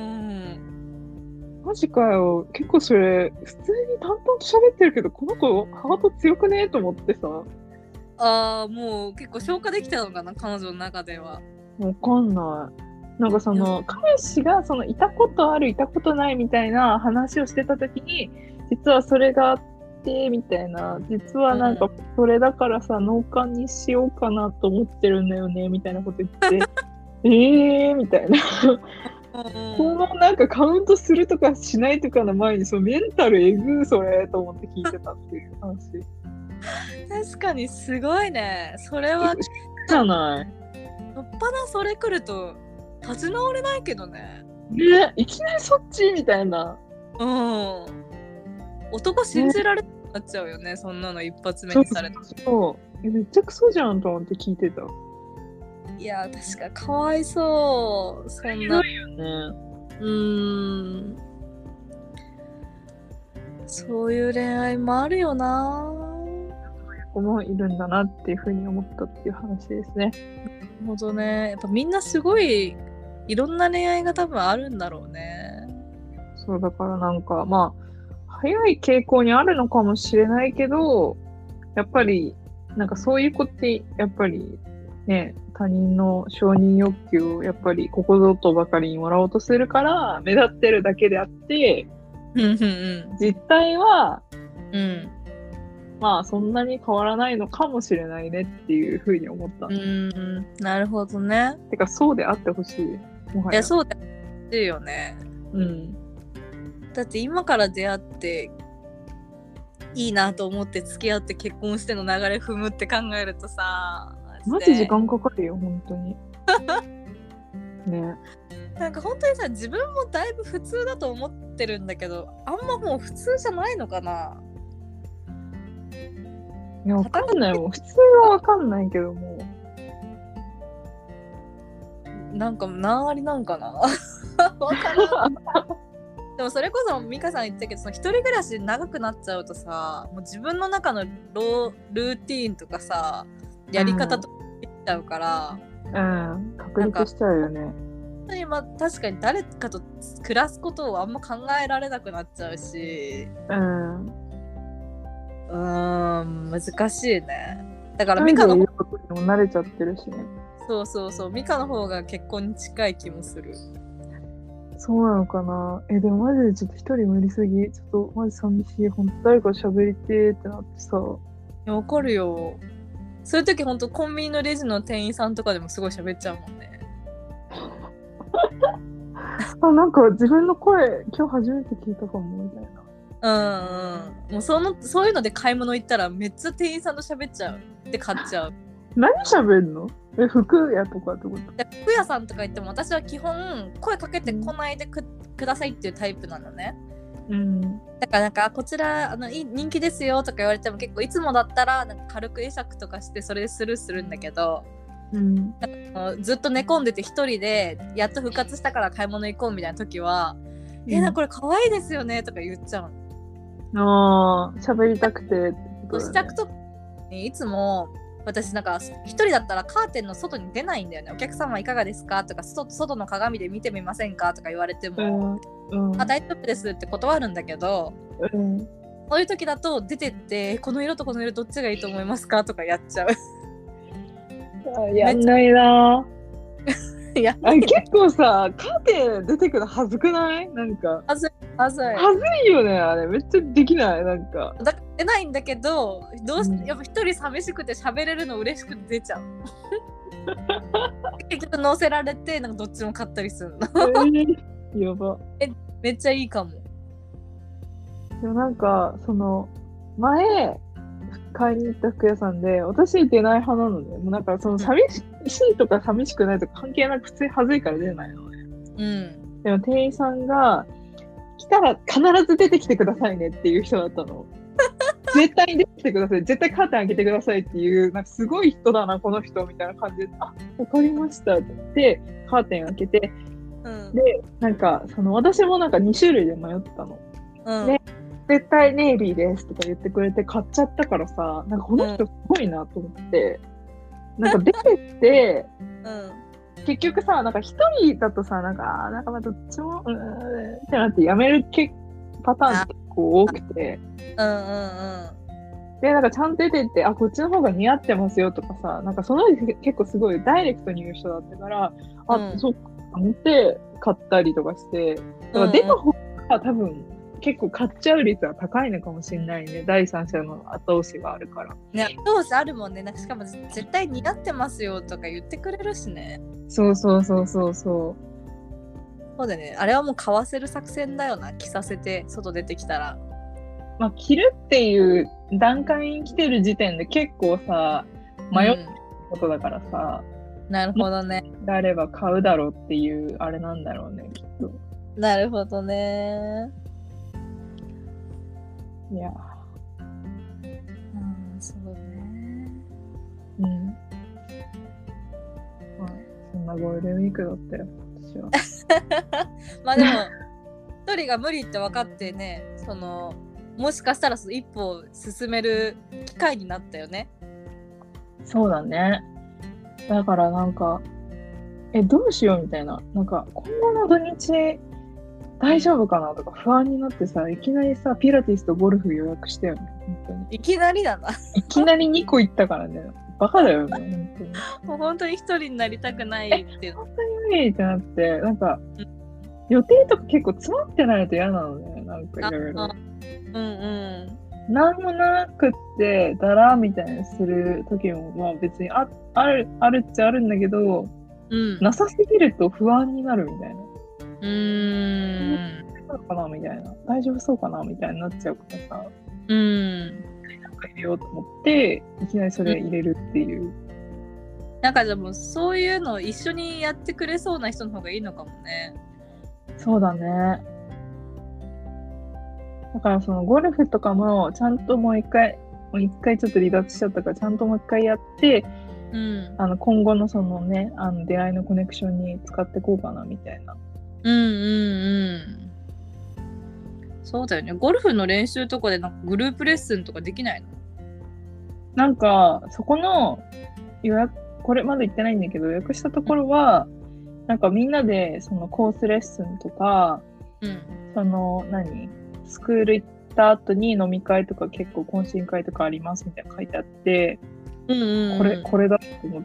Speaker 1: マジかよ。結構それ、普通に淡々と喋ってるけど、この子、ハート強くねと思ってさ。
Speaker 2: ああ、もう結構消化できたのかな、彼女の中では。
Speaker 1: わかんない。なんかその彼氏がそのいたことあるいたことないみたいな話をしてた時に、実はそれがあってみたいな、実はなんかそれだからさ、納棺にしようかなと思ってるんだよねみたいなこと言ってえーみたいなこのなんかカウントするとかしないとかの前に、そのメンタルえぐーそれと思って聞いてたっていう話。
Speaker 2: 確かにすごいね。それは
Speaker 1: じゃない。
Speaker 2: のっぱなそれ来ると立ち直れないけどね。
Speaker 1: ね、いきなりそっちみたいな。
Speaker 2: うん。男信じられなくなっちゃうよね、そんなの一発目にされた。
Speaker 1: そうそう。めっちゃクソじゃんと思って聞いてた。
Speaker 2: いや、確かにかわいそう。そんな。
Speaker 1: ひどいよね。
Speaker 2: うーん。そういう恋愛もあるよな。
Speaker 1: 子もいるんだなっていうふうに思ったっていう話ですね。
Speaker 2: なるほどね。やっぱみんなすごいいろんな恋愛が多分あるんだろうね。
Speaker 1: そうだからなんかまあ早い傾向にあるのかもしれないけど、やっぱりなんかそういう子ってやっぱりね、他人の承認欲求をやっぱりここぞとばかりにもらおうとするから目立ってるだけであって、
Speaker 2: うんうんうん、
Speaker 1: 実態は、
Speaker 2: うん、
Speaker 1: まあそんなに変わらないのかもしれないねっていうふうに思った。
Speaker 2: うん、なるほどね。
Speaker 1: てかそうであってほしい。もはや。
Speaker 2: いや、そうだよね。
Speaker 1: うん。
Speaker 2: だって今から出会っていいなと思って付き合って結婚しての流れ踏むって考えるとさ、
Speaker 1: マジ時間かかるよ本当に。ね。
Speaker 2: なんか本当にさ、自分もだいぶ普通だと思ってるんだけど、あんまもう普通じゃないのかな。
Speaker 1: いや、わかんないもん。普通はわかんないけども。
Speaker 2: なんか何割なんかなわからん。でもそれこそ美香さん言ったけど、その一人暮らし長くなっちゃうとさ、もう自分の中のロールーティーンとかさ、やり方とかできちゃうから、
Speaker 1: うん、うん、確立しちゃうよね。
Speaker 2: 本当にまあ確かに誰かと暮らすことをあんま考えられなくなっちゃうし、
Speaker 1: うん。
Speaker 2: うーん、難しいね。だから美香の方
Speaker 1: ことにも慣れちゃってるしね。
Speaker 2: そうそうそう、美香の方が結婚に近い気もする。
Speaker 1: そうなのかな。え、でもマジでちょっと一人無理すぎ。ちょっとマジ寂しい。ほんと誰か喋りてーってなってさ。い
Speaker 2: や、わかるよ。そういう時ほんとコンビニのレジの店員さんとかでもすごい喋っちゃうもんね。
Speaker 1: あ、なんか自分の声今日初めて聞いたかもみたいな。
Speaker 2: うんうん。もうそのそういうので買い物行ったらめっちゃ店員さんと喋っちゃう。で買っちゃう。
Speaker 1: 何喋んの？え、服屋とかってこと？
Speaker 2: 服屋さんとか行っても私は基本声かけてこないで く,、うん、くださいっていうタイプなのね。
Speaker 1: うん。
Speaker 2: だからなんかこちらあのい人気ですよとか言われても結構いつもだったらなんか軽く会釈とかしてそれでスルーするんだけど、
Speaker 1: うん、
Speaker 2: なんかずっと寝込んでて一人でやっと復活したから買い物行こうみたいな時は、うん、えなこれ可愛いですよねとか言っちゃう
Speaker 1: の。ああ、喋りたくて、ね。
Speaker 2: 試着とかにいつも私なんか一人だったらカーテンの外に出ないんだよね。お客様いかがですかとか 外, 外の鏡で見てみませんかとか言われても、うんうん、あ大丈夫ですって断るんだけど、うん、そういう時だと出てってこの色とこの色どっちがいいと思いますかとかやっちゃう。
Speaker 1: やんないな
Speaker 2: や
Speaker 1: あれ結構さ、カーテン出てくるのはずくない？なんか。
Speaker 2: はずい、はずい。
Speaker 1: はずいよね、あれ。めっちゃできない、なんか。
Speaker 2: だから出ないんだけど、どうし、
Speaker 1: うん
Speaker 2: やっぱ一人寂しくて喋れるの嬉しくて出ちゃう。結局乗せられて、なんかどっちも買ったりするの。
Speaker 1: えー、やば。
Speaker 2: めっちゃいいかも。
Speaker 1: でもなんか、その、前、買いに行った服屋さんで、私出ない派なので、もうなんかその寂しいとか寂しくないとか関係なく普通に恥ずいから出ないのね。
Speaker 2: うん。
Speaker 1: でも店員さんが、来たら必ず出てきてくださいねっていう人だったの。絶対に出てきてください。絶対カーテン開けてくださいっていう、なんかすごい人だな、この人みたいな感じで、あ、わかりましたって言って、カーテン開けて、
Speaker 2: うん、
Speaker 1: で、なんか、その私もなんかに種類で迷ったの。
Speaker 2: うん、
Speaker 1: で絶対ネイビーですとか言ってくれて買っちゃったからさ、なんかこの人すごいなと思って、うん、なんか出てって、うん、結局さ、なんか一人だとさ、なんか、あなんかまあどっちも、うーんってなってやめるけパターンって結構多くて、
Speaker 2: うんうんうん。
Speaker 1: で、なんかちゃんと出てって、あ、こっちの方が似合ってますよとかさ、なんかその人結構すごいダイレクトに言う人だったから、あ、うん、そっか、思って買ったりとかして、だから出た方が多分、結構買っちゃう率は高いのかもしれないね。第三者の後押しがあるから。
Speaker 2: ね、後押しあるもんね。なんかしかも絶対似合ってますよとか言ってくれるしね。
Speaker 1: そうそうそうそうそう。
Speaker 2: そうだね。あれはもう買わせる作戦だよな。着させて外出てきたら。
Speaker 1: まあ着るっていう段階に来てる時点で結構さ迷うことだからさ。
Speaker 2: うん、なるほどね。
Speaker 1: であれば買うだろうっていうあれなんだろうねきっと。
Speaker 2: なるほどね。
Speaker 1: いや、
Speaker 2: うん、そうね。
Speaker 1: うん。まあ、そんなゴールデンウィークだったよ、私は。
Speaker 2: まあでも、一人が無理って分かってね、その、もしかしたら一歩進める機会になったよね。
Speaker 1: そうだね。だからなんか、え、どうしようみたいな。なんか、今後の土日、大丈夫かなとか不安になってさ、いきなりさ、ピラティスとゴルフ予約したよね、本当に。
Speaker 2: いきなりだな。
Speaker 1: いきなりにこ行ったからね。バカだよね、本当に。
Speaker 2: もう本当に一人になりたくないっていう。
Speaker 1: 本当に無理ってなって、なんか、うん、予定とか結構詰まってないと嫌なのね、なんかいろいろ。
Speaker 2: うんうん。
Speaker 1: なんもなくって、だらみたいにする時も、まあ別に あ, あ, るあるっちゃあるんだけど、うん、なさすぎると不安になるみたいな。
Speaker 2: うーん。
Speaker 1: 大丈夫かなみたいな。大丈夫そうかなみたいになっちゃうからさ。
Speaker 2: うん。
Speaker 1: なんか入れようと思って、いきなりそれ入れるっていう。うん、
Speaker 2: なんかでもそういうのを一緒にやってくれそうな人の方がいいのかもね。
Speaker 1: そうだね。だからそのゴルフとかもちゃんともう一回、もう一回ちょっと離脱しちゃったからちゃんともう一回やって、うん、あの今後のそのね、あの出会いのコネクションに使っていこうかなみたいな。
Speaker 2: うんうんうん。そうだよね。ゴルフの練習とかでなんかグループレッスンとかできないの？
Speaker 1: なんかそこの予約、これまだ行ってないんだけど予約したところは、うん、なんかみんなでそのコースレッスンとか、うん、その何スクール行った後に飲み会とか結構懇親会とかありますみたいな書いてあって、うんうんうん、これこれだと思って。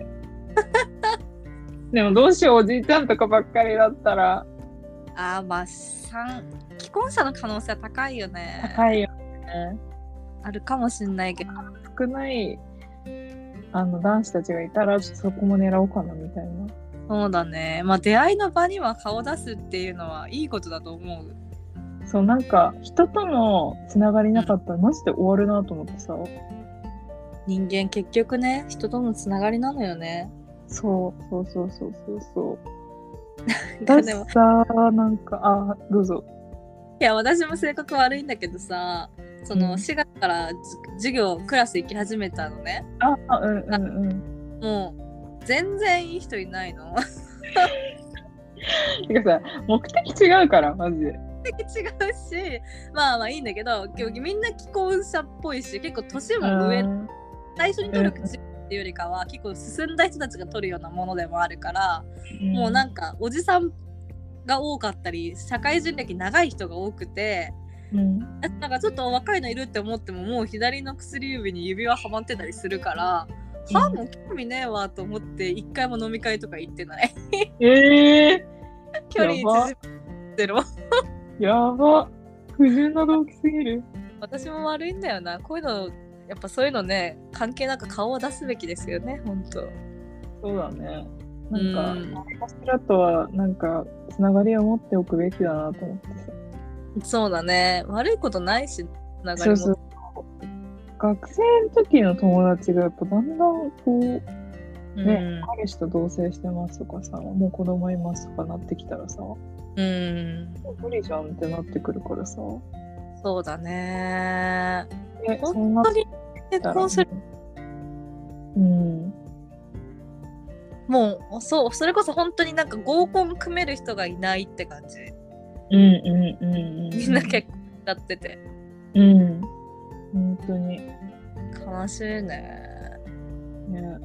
Speaker 1: でもどうしよう、おじいちゃんとかばっかりだったら。
Speaker 2: あーまあ既婚者の可能性は高いよね。
Speaker 1: 高いよね。
Speaker 2: あるかもしんないけど、
Speaker 1: 少ないあの男子たちがいたらちょっとそこも狙おうかなみたいな。
Speaker 2: そうだね。まあ出会いの場には顔出すっていうのはいいことだと思う。
Speaker 1: そう、なんか人とのつながりなかったらマジで終わるなと思ってさ。
Speaker 2: 人間結局ね、人とのつながりなのよね。
Speaker 1: そうそうそうそうそうそう。だってさ、なんか、あ、どうぞ。
Speaker 2: いや、私も性格悪いんだけどさ、そのしがつから授業、クラス行き始めたのね。
Speaker 1: あ、あうんうんうん。
Speaker 2: もう、全然いい人いないの。
Speaker 1: てかさ、目的違うから、マジで。
Speaker 2: 目的違うし、まあまあいいんだけど、みんな既婚者っぽいし、結構年も上、最初に取る口っていうよりかは、結構進んだ人たちが取るようなものでもあるから、うん、もうなんかおじさんが多かったり社会人歴長い人が多くて、うん、なんかちょっと若いのいるって思ってももう左の薬指に指輪はまってたりするから、 はもう興味ねえわと思って一回も飲み会とか行ってない。
Speaker 1: ええー、
Speaker 2: 距離縮まってるわ。
Speaker 1: やば。不純な動機すぎる。
Speaker 2: 私も悪いんだよな。こういうのやっぱそういうのね関係なく顔を出すべきですよね本当。
Speaker 1: そうだね。なんか何かしらとはなんかつながりを持っておくべきだなと思ってさ。
Speaker 2: そうだね。悪いことないしつながりも。
Speaker 1: そうそう。学生の時の友達がやっぱだんだんこうね、うん、彼氏と同棲してますとかさ、もう子供いますとかなってきたらさ、うん、無理じゃんってなってくるからさ。
Speaker 2: そうだね。
Speaker 1: え、
Speaker 2: 本当に結婚する。
Speaker 1: うん。
Speaker 2: もうそうそれこそ本当になんか合コン組める人がいないって感じ。
Speaker 1: うんうんうんうん。
Speaker 2: みんな結婚しちゃってて。
Speaker 1: うん。本当に
Speaker 2: 悲しいね。
Speaker 1: ね。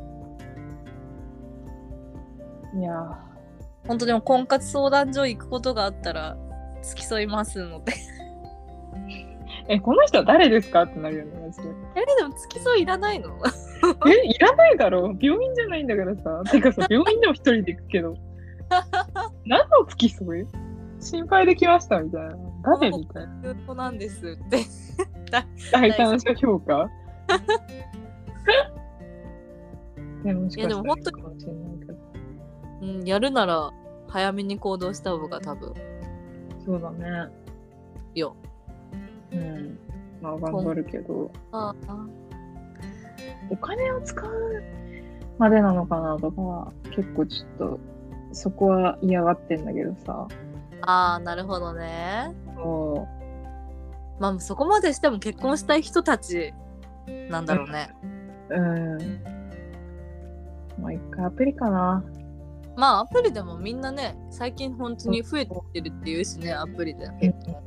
Speaker 1: いや
Speaker 2: 本当でも婚活相談所行くことがあったら付き添いますので。
Speaker 1: え、この人は誰ですかってなるよねマジで。
Speaker 2: えでも付き添いいらないの？
Speaker 1: え、いらないだろう。病院じゃないんだからさ。てかさ、病院でも一人で行くけど。何の付き添い？心配できましたみたいな。誰みたいな。
Speaker 2: 子なんですって。
Speaker 1: 第三者評価。ね、もしかしたらいやでも本当にかもしれないけど。
Speaker 2: うん、やるなら早めに行動した方が多分。
Speaker 1: そうだね。
Speaker 2: よ。
Speaker 1: うん。まあ頑張るけど。ああ。お金を使うまでなのかなとかは結構ちょっとそこは嫌がってんだけどさ。
Speaker 2: ああ、なるほどね。
Speaker 1: そう。
Speaker 2: まあそこまでしても結婚したい人たちなんだろうね。
Speaker 1: うん。まあ一回アプリかな。
Speaker 2: まあアプリでもみんなね最近本当に増えてるっていうしねアプリで結構。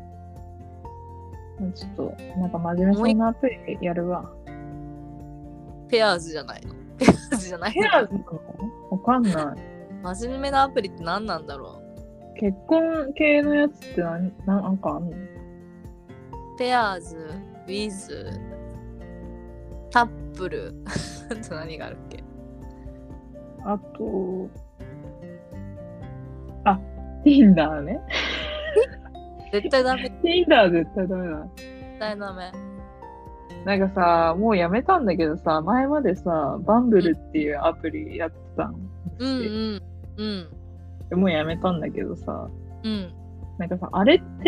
Speaker 1: うん、ちょっとなんか真面目そうなアプリやるわ。
Speaker 2: ペアーズじゃないの？ペアーズじゃないの？
Speaker 1: ペアーズなの？わかんない。
Speaker 2: 真面目なアプリって何なんだろ
Speaker 1: う？結婚系のやつって何、なんかあんの？
Speaker 2: ペアーズ、ウィズ、タップルあと何があるっけ？
Speaker 1: あと、あ、Tinder ね。
Speaker 2: 絶対ダメ。
Speaker 1: Tinder 絶対ダメだ。
Speaker 2: 絶対ダメ。
Speaker 1: なんかさ、もうやめたんだけどさ、前までさ、バンブルっていうアプリやってたの。
Speaker 2: うんうんうん。
Speaker 1: でもうやめたんだけどさ、
Speaker 2: うん。
Speaker 1: なんかさ、あれって、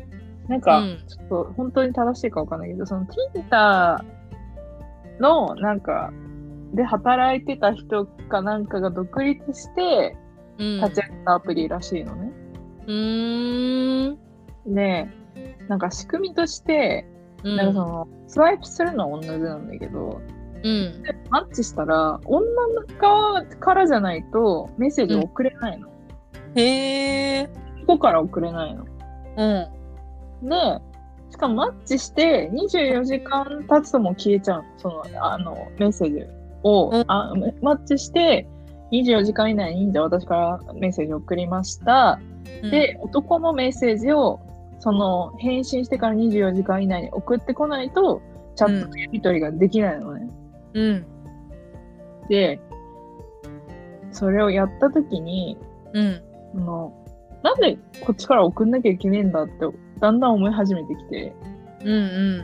Speaker 1: なんか、ちょっと本当に正しいかわかんないけど、その Tinder のなんか、で働いてた人かなんかが独立して立ち上げたアプリらしいのね。
Speaker 2: うー
Speaker 1: ん。で、なんか仕組みとして、うん、なんかそのスワイプするのは同じなんだけど、うん、でマッチしたら女の側からじゃないとメッセージを送れないの。
Speaker 2: うん、へー。
Speaker 1: ここから送れないの。うん。で、しかもマッチしてにじゅうよじかん経つともう消えちゃう。そのあのメッセージを、うん、あマッチしてにじゅうよじかん以内にじゃあ私からメッセージを送りました。うん、で、男のメッセージをその返信してからにじゅうよじかん以内に送ってこないとチャットのやり取りができないのね。
Speaker 2: うん。
Speaker 1: で、それをやったときに、
Speaker 2: うん、
Speaker 1: あのなんでこっちから送んなきゃいけねえんだってだんだん思い始めてきて、
Speaker 2: うんうん。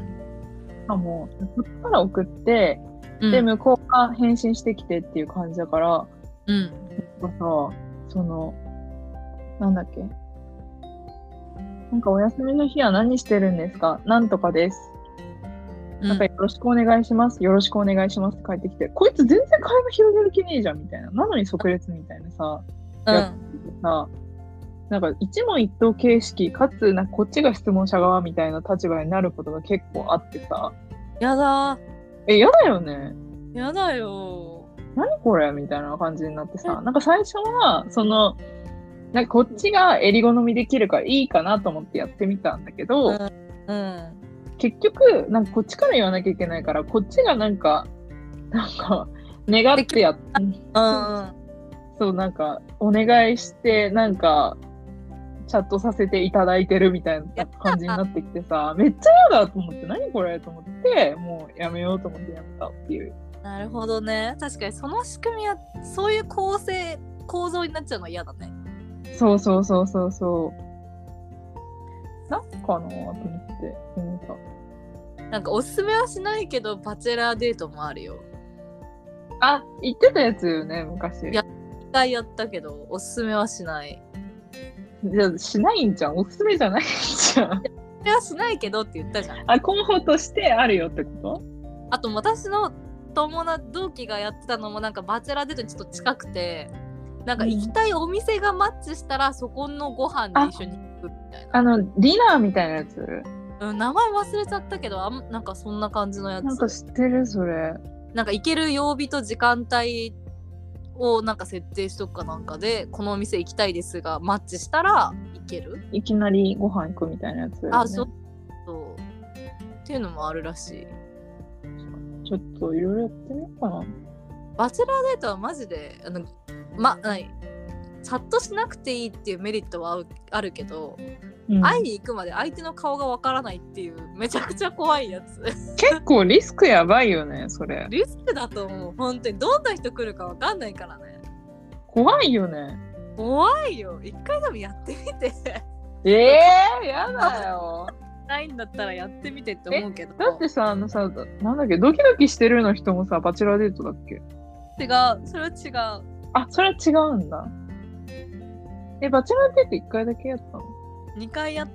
Speaker 1: あもうこっちから送って、うん、で向こうが返信してきてっていう感じだから、
Speaker 2: うん。
Speaker 1: なんかさ、そのなんだっけ。なんかお休みの日は何してるんですか？なんとかです。なんかよろしくお願いします。よろしくお願いしますって帰ってきて、こいつ全然会話広げる気ねえじゃんみたいな。なのに即列みたいなさ、
Speaker 2: うん、
Speaker 1: やっててさ、なんか一問一答形式かつなんかこっちが質問者側みたいな立場になることが結構あってさ。
Speaker 2: やだ。
Speaker 1: え、やだよね。
Speaker 2: やだよ。
Speaker 1: 何これみたいな感じになってさ、なんか最初はその。なんかこっちが襟好みできるからいいかなと思ってやってみたんだけど、
Speaker 2: うんうん、
Speaker 1: 結局なんかこっちから言わなきゃいけないからこっちがなんかなんか願ってやっ、うん、そうなんかお願いしてなんかチャットさせていただいてるみたいな感じになってきてさめっちゃ嫌だと思って何これと思ってもうやめようと思ってやめたっていう。
Speaker 2: なるほどね。確かにその仕組みはそういう構成構造になっちゃうのは嫌だね。
Speaker 1: そうそうそうそうそう。なんかなと思って思った。
Speaker 2: なんかおすすめはしないけどバチェラーデートもあるよ。
Speaker 1: あ、言ってたやつよね、昔。
Speaker 2: いや、一回やったけどおすすめはしない。
Speaker 1: じゃしないんじゃん。おすすめじゃないんじゃん。
Speaker 2: それはしないけどって言ったじゃん。
Speaker 1: あ、候補としてあるよってこと？
Speaker 2: あと私の友達同期がやってたのもなんかバチェラーデートにちょっと近くて、なんか行きたいお店がマッチしたらそこのご飯に一緒に行くみたいな。
Speaker 1: あの、ディナーみたいなやつ？
Speaker 2: うん、名前忘れちゃったけど、あんなんかそんな感じのやつ。
Speaker 1: なんか知ってるそれ。
Speaker 2: なんか行ける曜日と時間帯をなんか設定しとくかなんかで、このお店行きたいですがマッチしたら行ける。
Speaker 1: いきなりご飯行くみたいなやつ、ね。
Speaker 2: あ、そうそうっていうのもあるらしい。
Speaker 1: ちょっといろいろやってみようかな。
Speaker 2: バチェラーデートはマジであのまないチャットしなくていいっていうメリットはあるけど、うん、会いに行くまで相手の顔がわからないっていうめちゃくちゃ怖いやつ。
Speaker 1: 結構リスクやばいよねそれ。
Speaker 2: リスクだと思う。本当にどんな人来るかわかんないからね。
Speaker 1: 怖いよね。
Speaker 2: 怖いよ。一回でもやってみて。
Speaker 1: ええー、やだよ。
Speaker 2: ないんだったらやってみてって思うけど。
Speaker 1: だってさ、あのさ、なんだっけ、ドキドキしてるの人もさ、バチェラーデートだっけ？
Speaker 2: 違う、それは違う。
Speaker 1: あ、それは違うんだ。え、バチェラーデートいっかいだけやったの？
Speaker 2: にかいやって、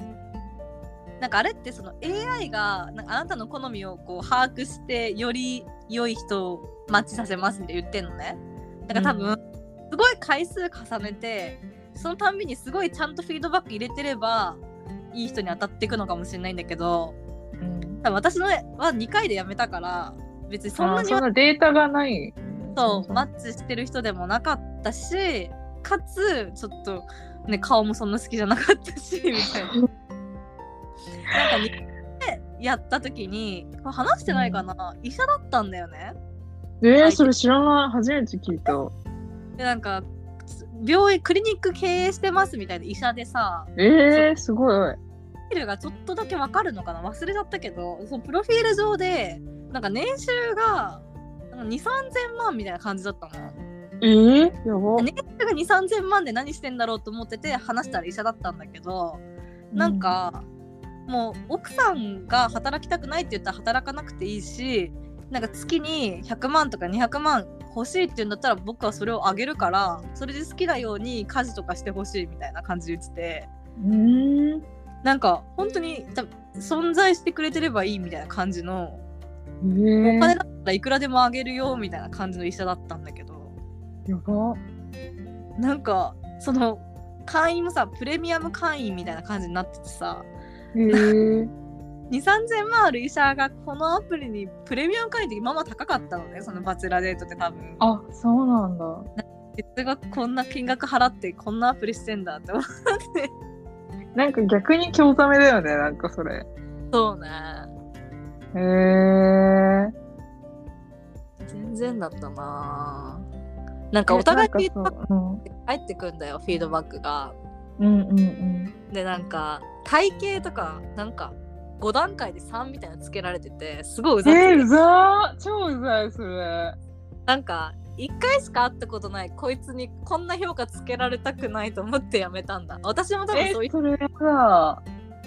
Speaker 2: なんかあれってその エーアイ がなんかあなたの好みをこう把握してより良い人をマッチさせますって言ってんのね。だから多分、うん、すごい回数重ねて、そのたんびにすごいちゃんとフィードバック入れてればいい人に当たっていくのかもしれないんだけど、うん、多分私のはにかいでやめたから別にそんなに
Speaker 1: そんなデータがない。
Speaker 2: そうマッチしてる人でもなかったし、かつちょっとね顔もそんな好きじゃなかったしみたいな。なんかにかいやった時に話してないかな、うん、医者だったんだよね。
Speaker 1: えー、それ知らない。初めて聞いた。
Speaker 2: でなんか病院クリニック経営してますみたいな医者でさ、
Speaker 1: えー、すごい。
Speaker 2: プロフィールがちょっとだけわかるのかな、忘れちゃったけど、そのプロフィール上でなんか年収がにせんさんぜんまんみたいな感じだったの。
Speaker 1: えー、やば。
Speaker 2: 年収がにせんさんぜんまんで何してんだろうと思ってて話したら医者だったんだけど、なんか、うん、もう奥さんが働きたくないって言ったら働かなくていいし、なんか月にひゃくまんとかにひゃくまん欲しいって言うんだったら僕はそれをあげるからそれで好きなように家事とかしてほしいみたいな感じで言ってて、
Speaker 1: うーん、
Speaker 2: なんか本当に存在してくれてればいいみたいな感じの、
Speaker 1: えー、
Speaker 2: お金だったらいくらでもあげるよみたいな感じの医者だったんだけど、
Speaker 1: やば。
Speaker 2: なんかその会員もさプレミアム会員みたいな感じになっててさ、
Speaker 1: へー
Speaker 2: にせんさんぜんまんある医者がこのアプリにプレミアム会員って今まで高かったのね、そのバチェラデートって多分。
Speaker 1: あ、そうなんだ。
Speaker 2: 実がこんな金額払ってこんなアプリしてんだって思って。
Speaker 1: なんか逆に興ざめだよね、なんかそれ。
Speaker 2: そうね。
Speaker 1: へー。
Speaker 2: 全然だったな。なんかお互いフィードバックって返ってくんだよ、フィードバックが。
Speaker 1: うんうんうん。
Speaker 2: でなんか体型とかなんかご段階でさんみたいなつけられててすごいうざくて。
Speaker 1: えー、うざー、超うざいそれ。
Speaker 2: なんかいっかいしか会ったことないこいつにこんな評価つけられたくないと思ってやめたんだ。私も多分そういう。
Speaker 1: えー、それさ。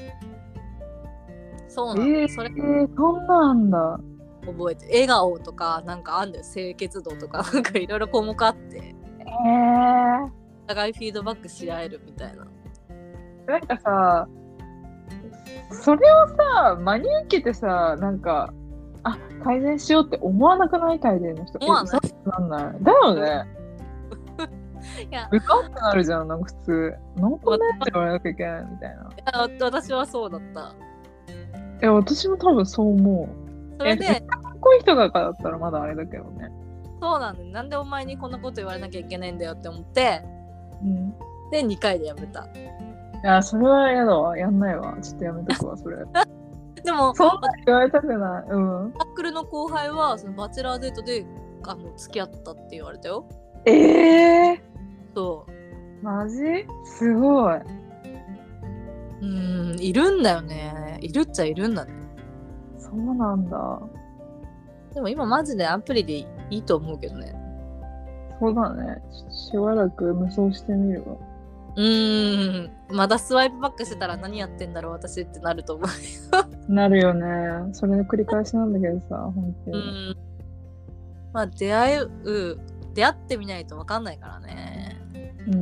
Speaker 2: そうなんだ、
Speaker 1: えー、
Speaker 2: それ
Speaker 1: そんなんだ。
Speaker 2: 覚えて笑顔とかなんかあんだよ、清潔度とかなんかいろいろ項目あって、
Speaker 1: えー、
Speaker 2: お互いフィードバックし合えるみたいな。
Speaker 1: なんかさ、それをさ真に受けてさ、なんかあ改善しようって思わなくない？改善の人
Speaker 2: 思わない。
Speaker 1: なんないだよね。
Speaker 2: いや
Speaker 1: うかってなるじゃん、なんか普通なんかねって言われなきゃいけないみたいな。
Speaker 2: いや私はそうだった。
Speaker 1: いや私も多分そう思う。
Speaker 2: それで
Speaker 1: かっこいい人だからだったらまだあれだけどね。
Speaker 2: そうなんだ、なんでお前にこんなこと言われなきゃいけないんだよって思って、
Speaker 1: うん、
Speaker 2: でにかいでやめた。
Speaker 1: いやそれは嫌だわ、やんないわ、ちょっとやめとくわそれ。
Speaker 2: でも
Speaker 1: そんな言われたくない。うん。
Speaker 2: サークルの後輩はそのバチェラーデートであの付き合ったって言われたよ。
Speaker 1: ええー、
Speaker 2: そう
Speaker 1: マジすごい。
Speaker 2: うーん、いるんだよね。いるっちゃいるんだね。
Speaker 1: そうなんだ。
Speaker 2: でも今マジでアプリでいいと思うけどね。
Speaker 1: そうだね。しばらく無双してみるわ。
Speaker 2: うーん。まだスワイプバックしてたら何やってんだろう私ってなると思う。
Speaker 1: なるよね。それの繰り返しなんだけどさ、本当に。
Speaker 2: うん。まあ出会う、出会ってみないと分かんないからね。
Speaker 1: うん。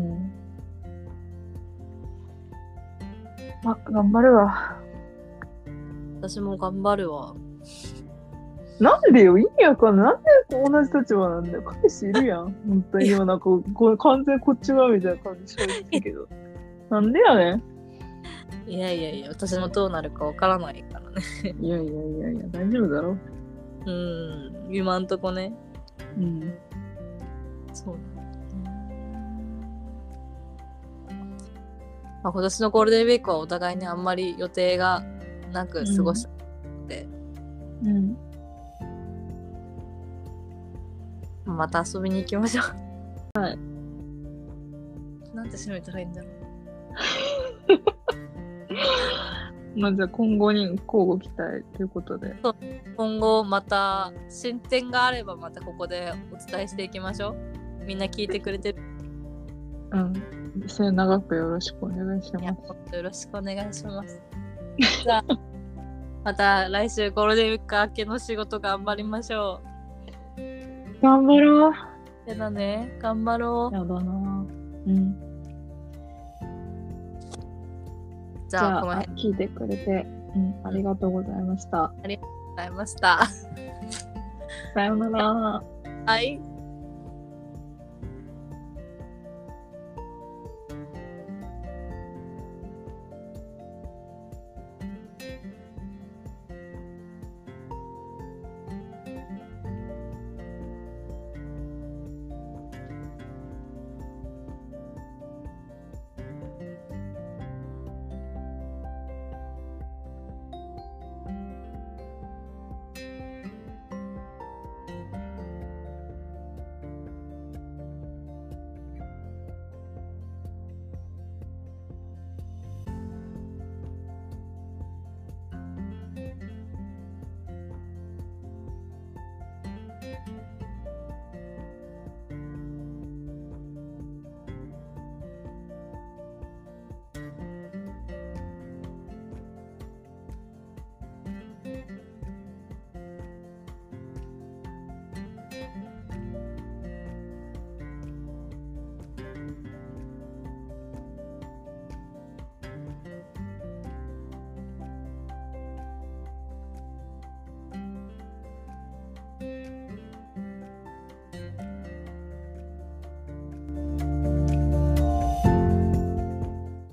Speaker 1: まあ、頑張るわ。
Speaker 2: 私も頑張るわ。
Speaker 1: なんでよ、意味わかんない。なんで同じ立場なんだよ。彼氏いるやん。本当に今なんかこう完全こっち側みたいな感じしちゃうけど。なんでやねん。
Speaker 2: いやいやいや、私もどうなるかわからないからね。
Speaker 1: いやいやいやいや、大丈夫だろ。
Speaker 2: うん、今んとこね。
Speaker 1: うん。
Speaker 2: そうだね。まあ、今年のゴールデンウィークはお互いにあんまり予定がなく過ごしたので、
Speaker 1: うん。うん
Speaker 2: また遊びに行きましょう。
Speaker 1: はい。
Speaker 2: なんて締めたらいいんだろ
Speaker 1: う。まあじゃあ今後に交互期待ということで。
Speaker 2: そう今後また進展があればまたここでお伝えしていきましょう。みんな聞いてくれてる。
Speaker 1: うん。末永くよろしくお願いします。
Speaker 2: よろしくお願いします。じゃあまた来週ゴールデンウィーク明けの仕事頑張りましょう。
Speaker 1: 頑張ろう。
Speaker 2: やだね。頑張ろう。
Speaker 1: やだな。うん。
Speaker 2: じゃあ、この辺
Speaker 1: 聞いてくれて、うん、ありがとうございました。
Speaker 2: ありがとうございました。
Speaker 1: さようなら。
Speaker 2: はい。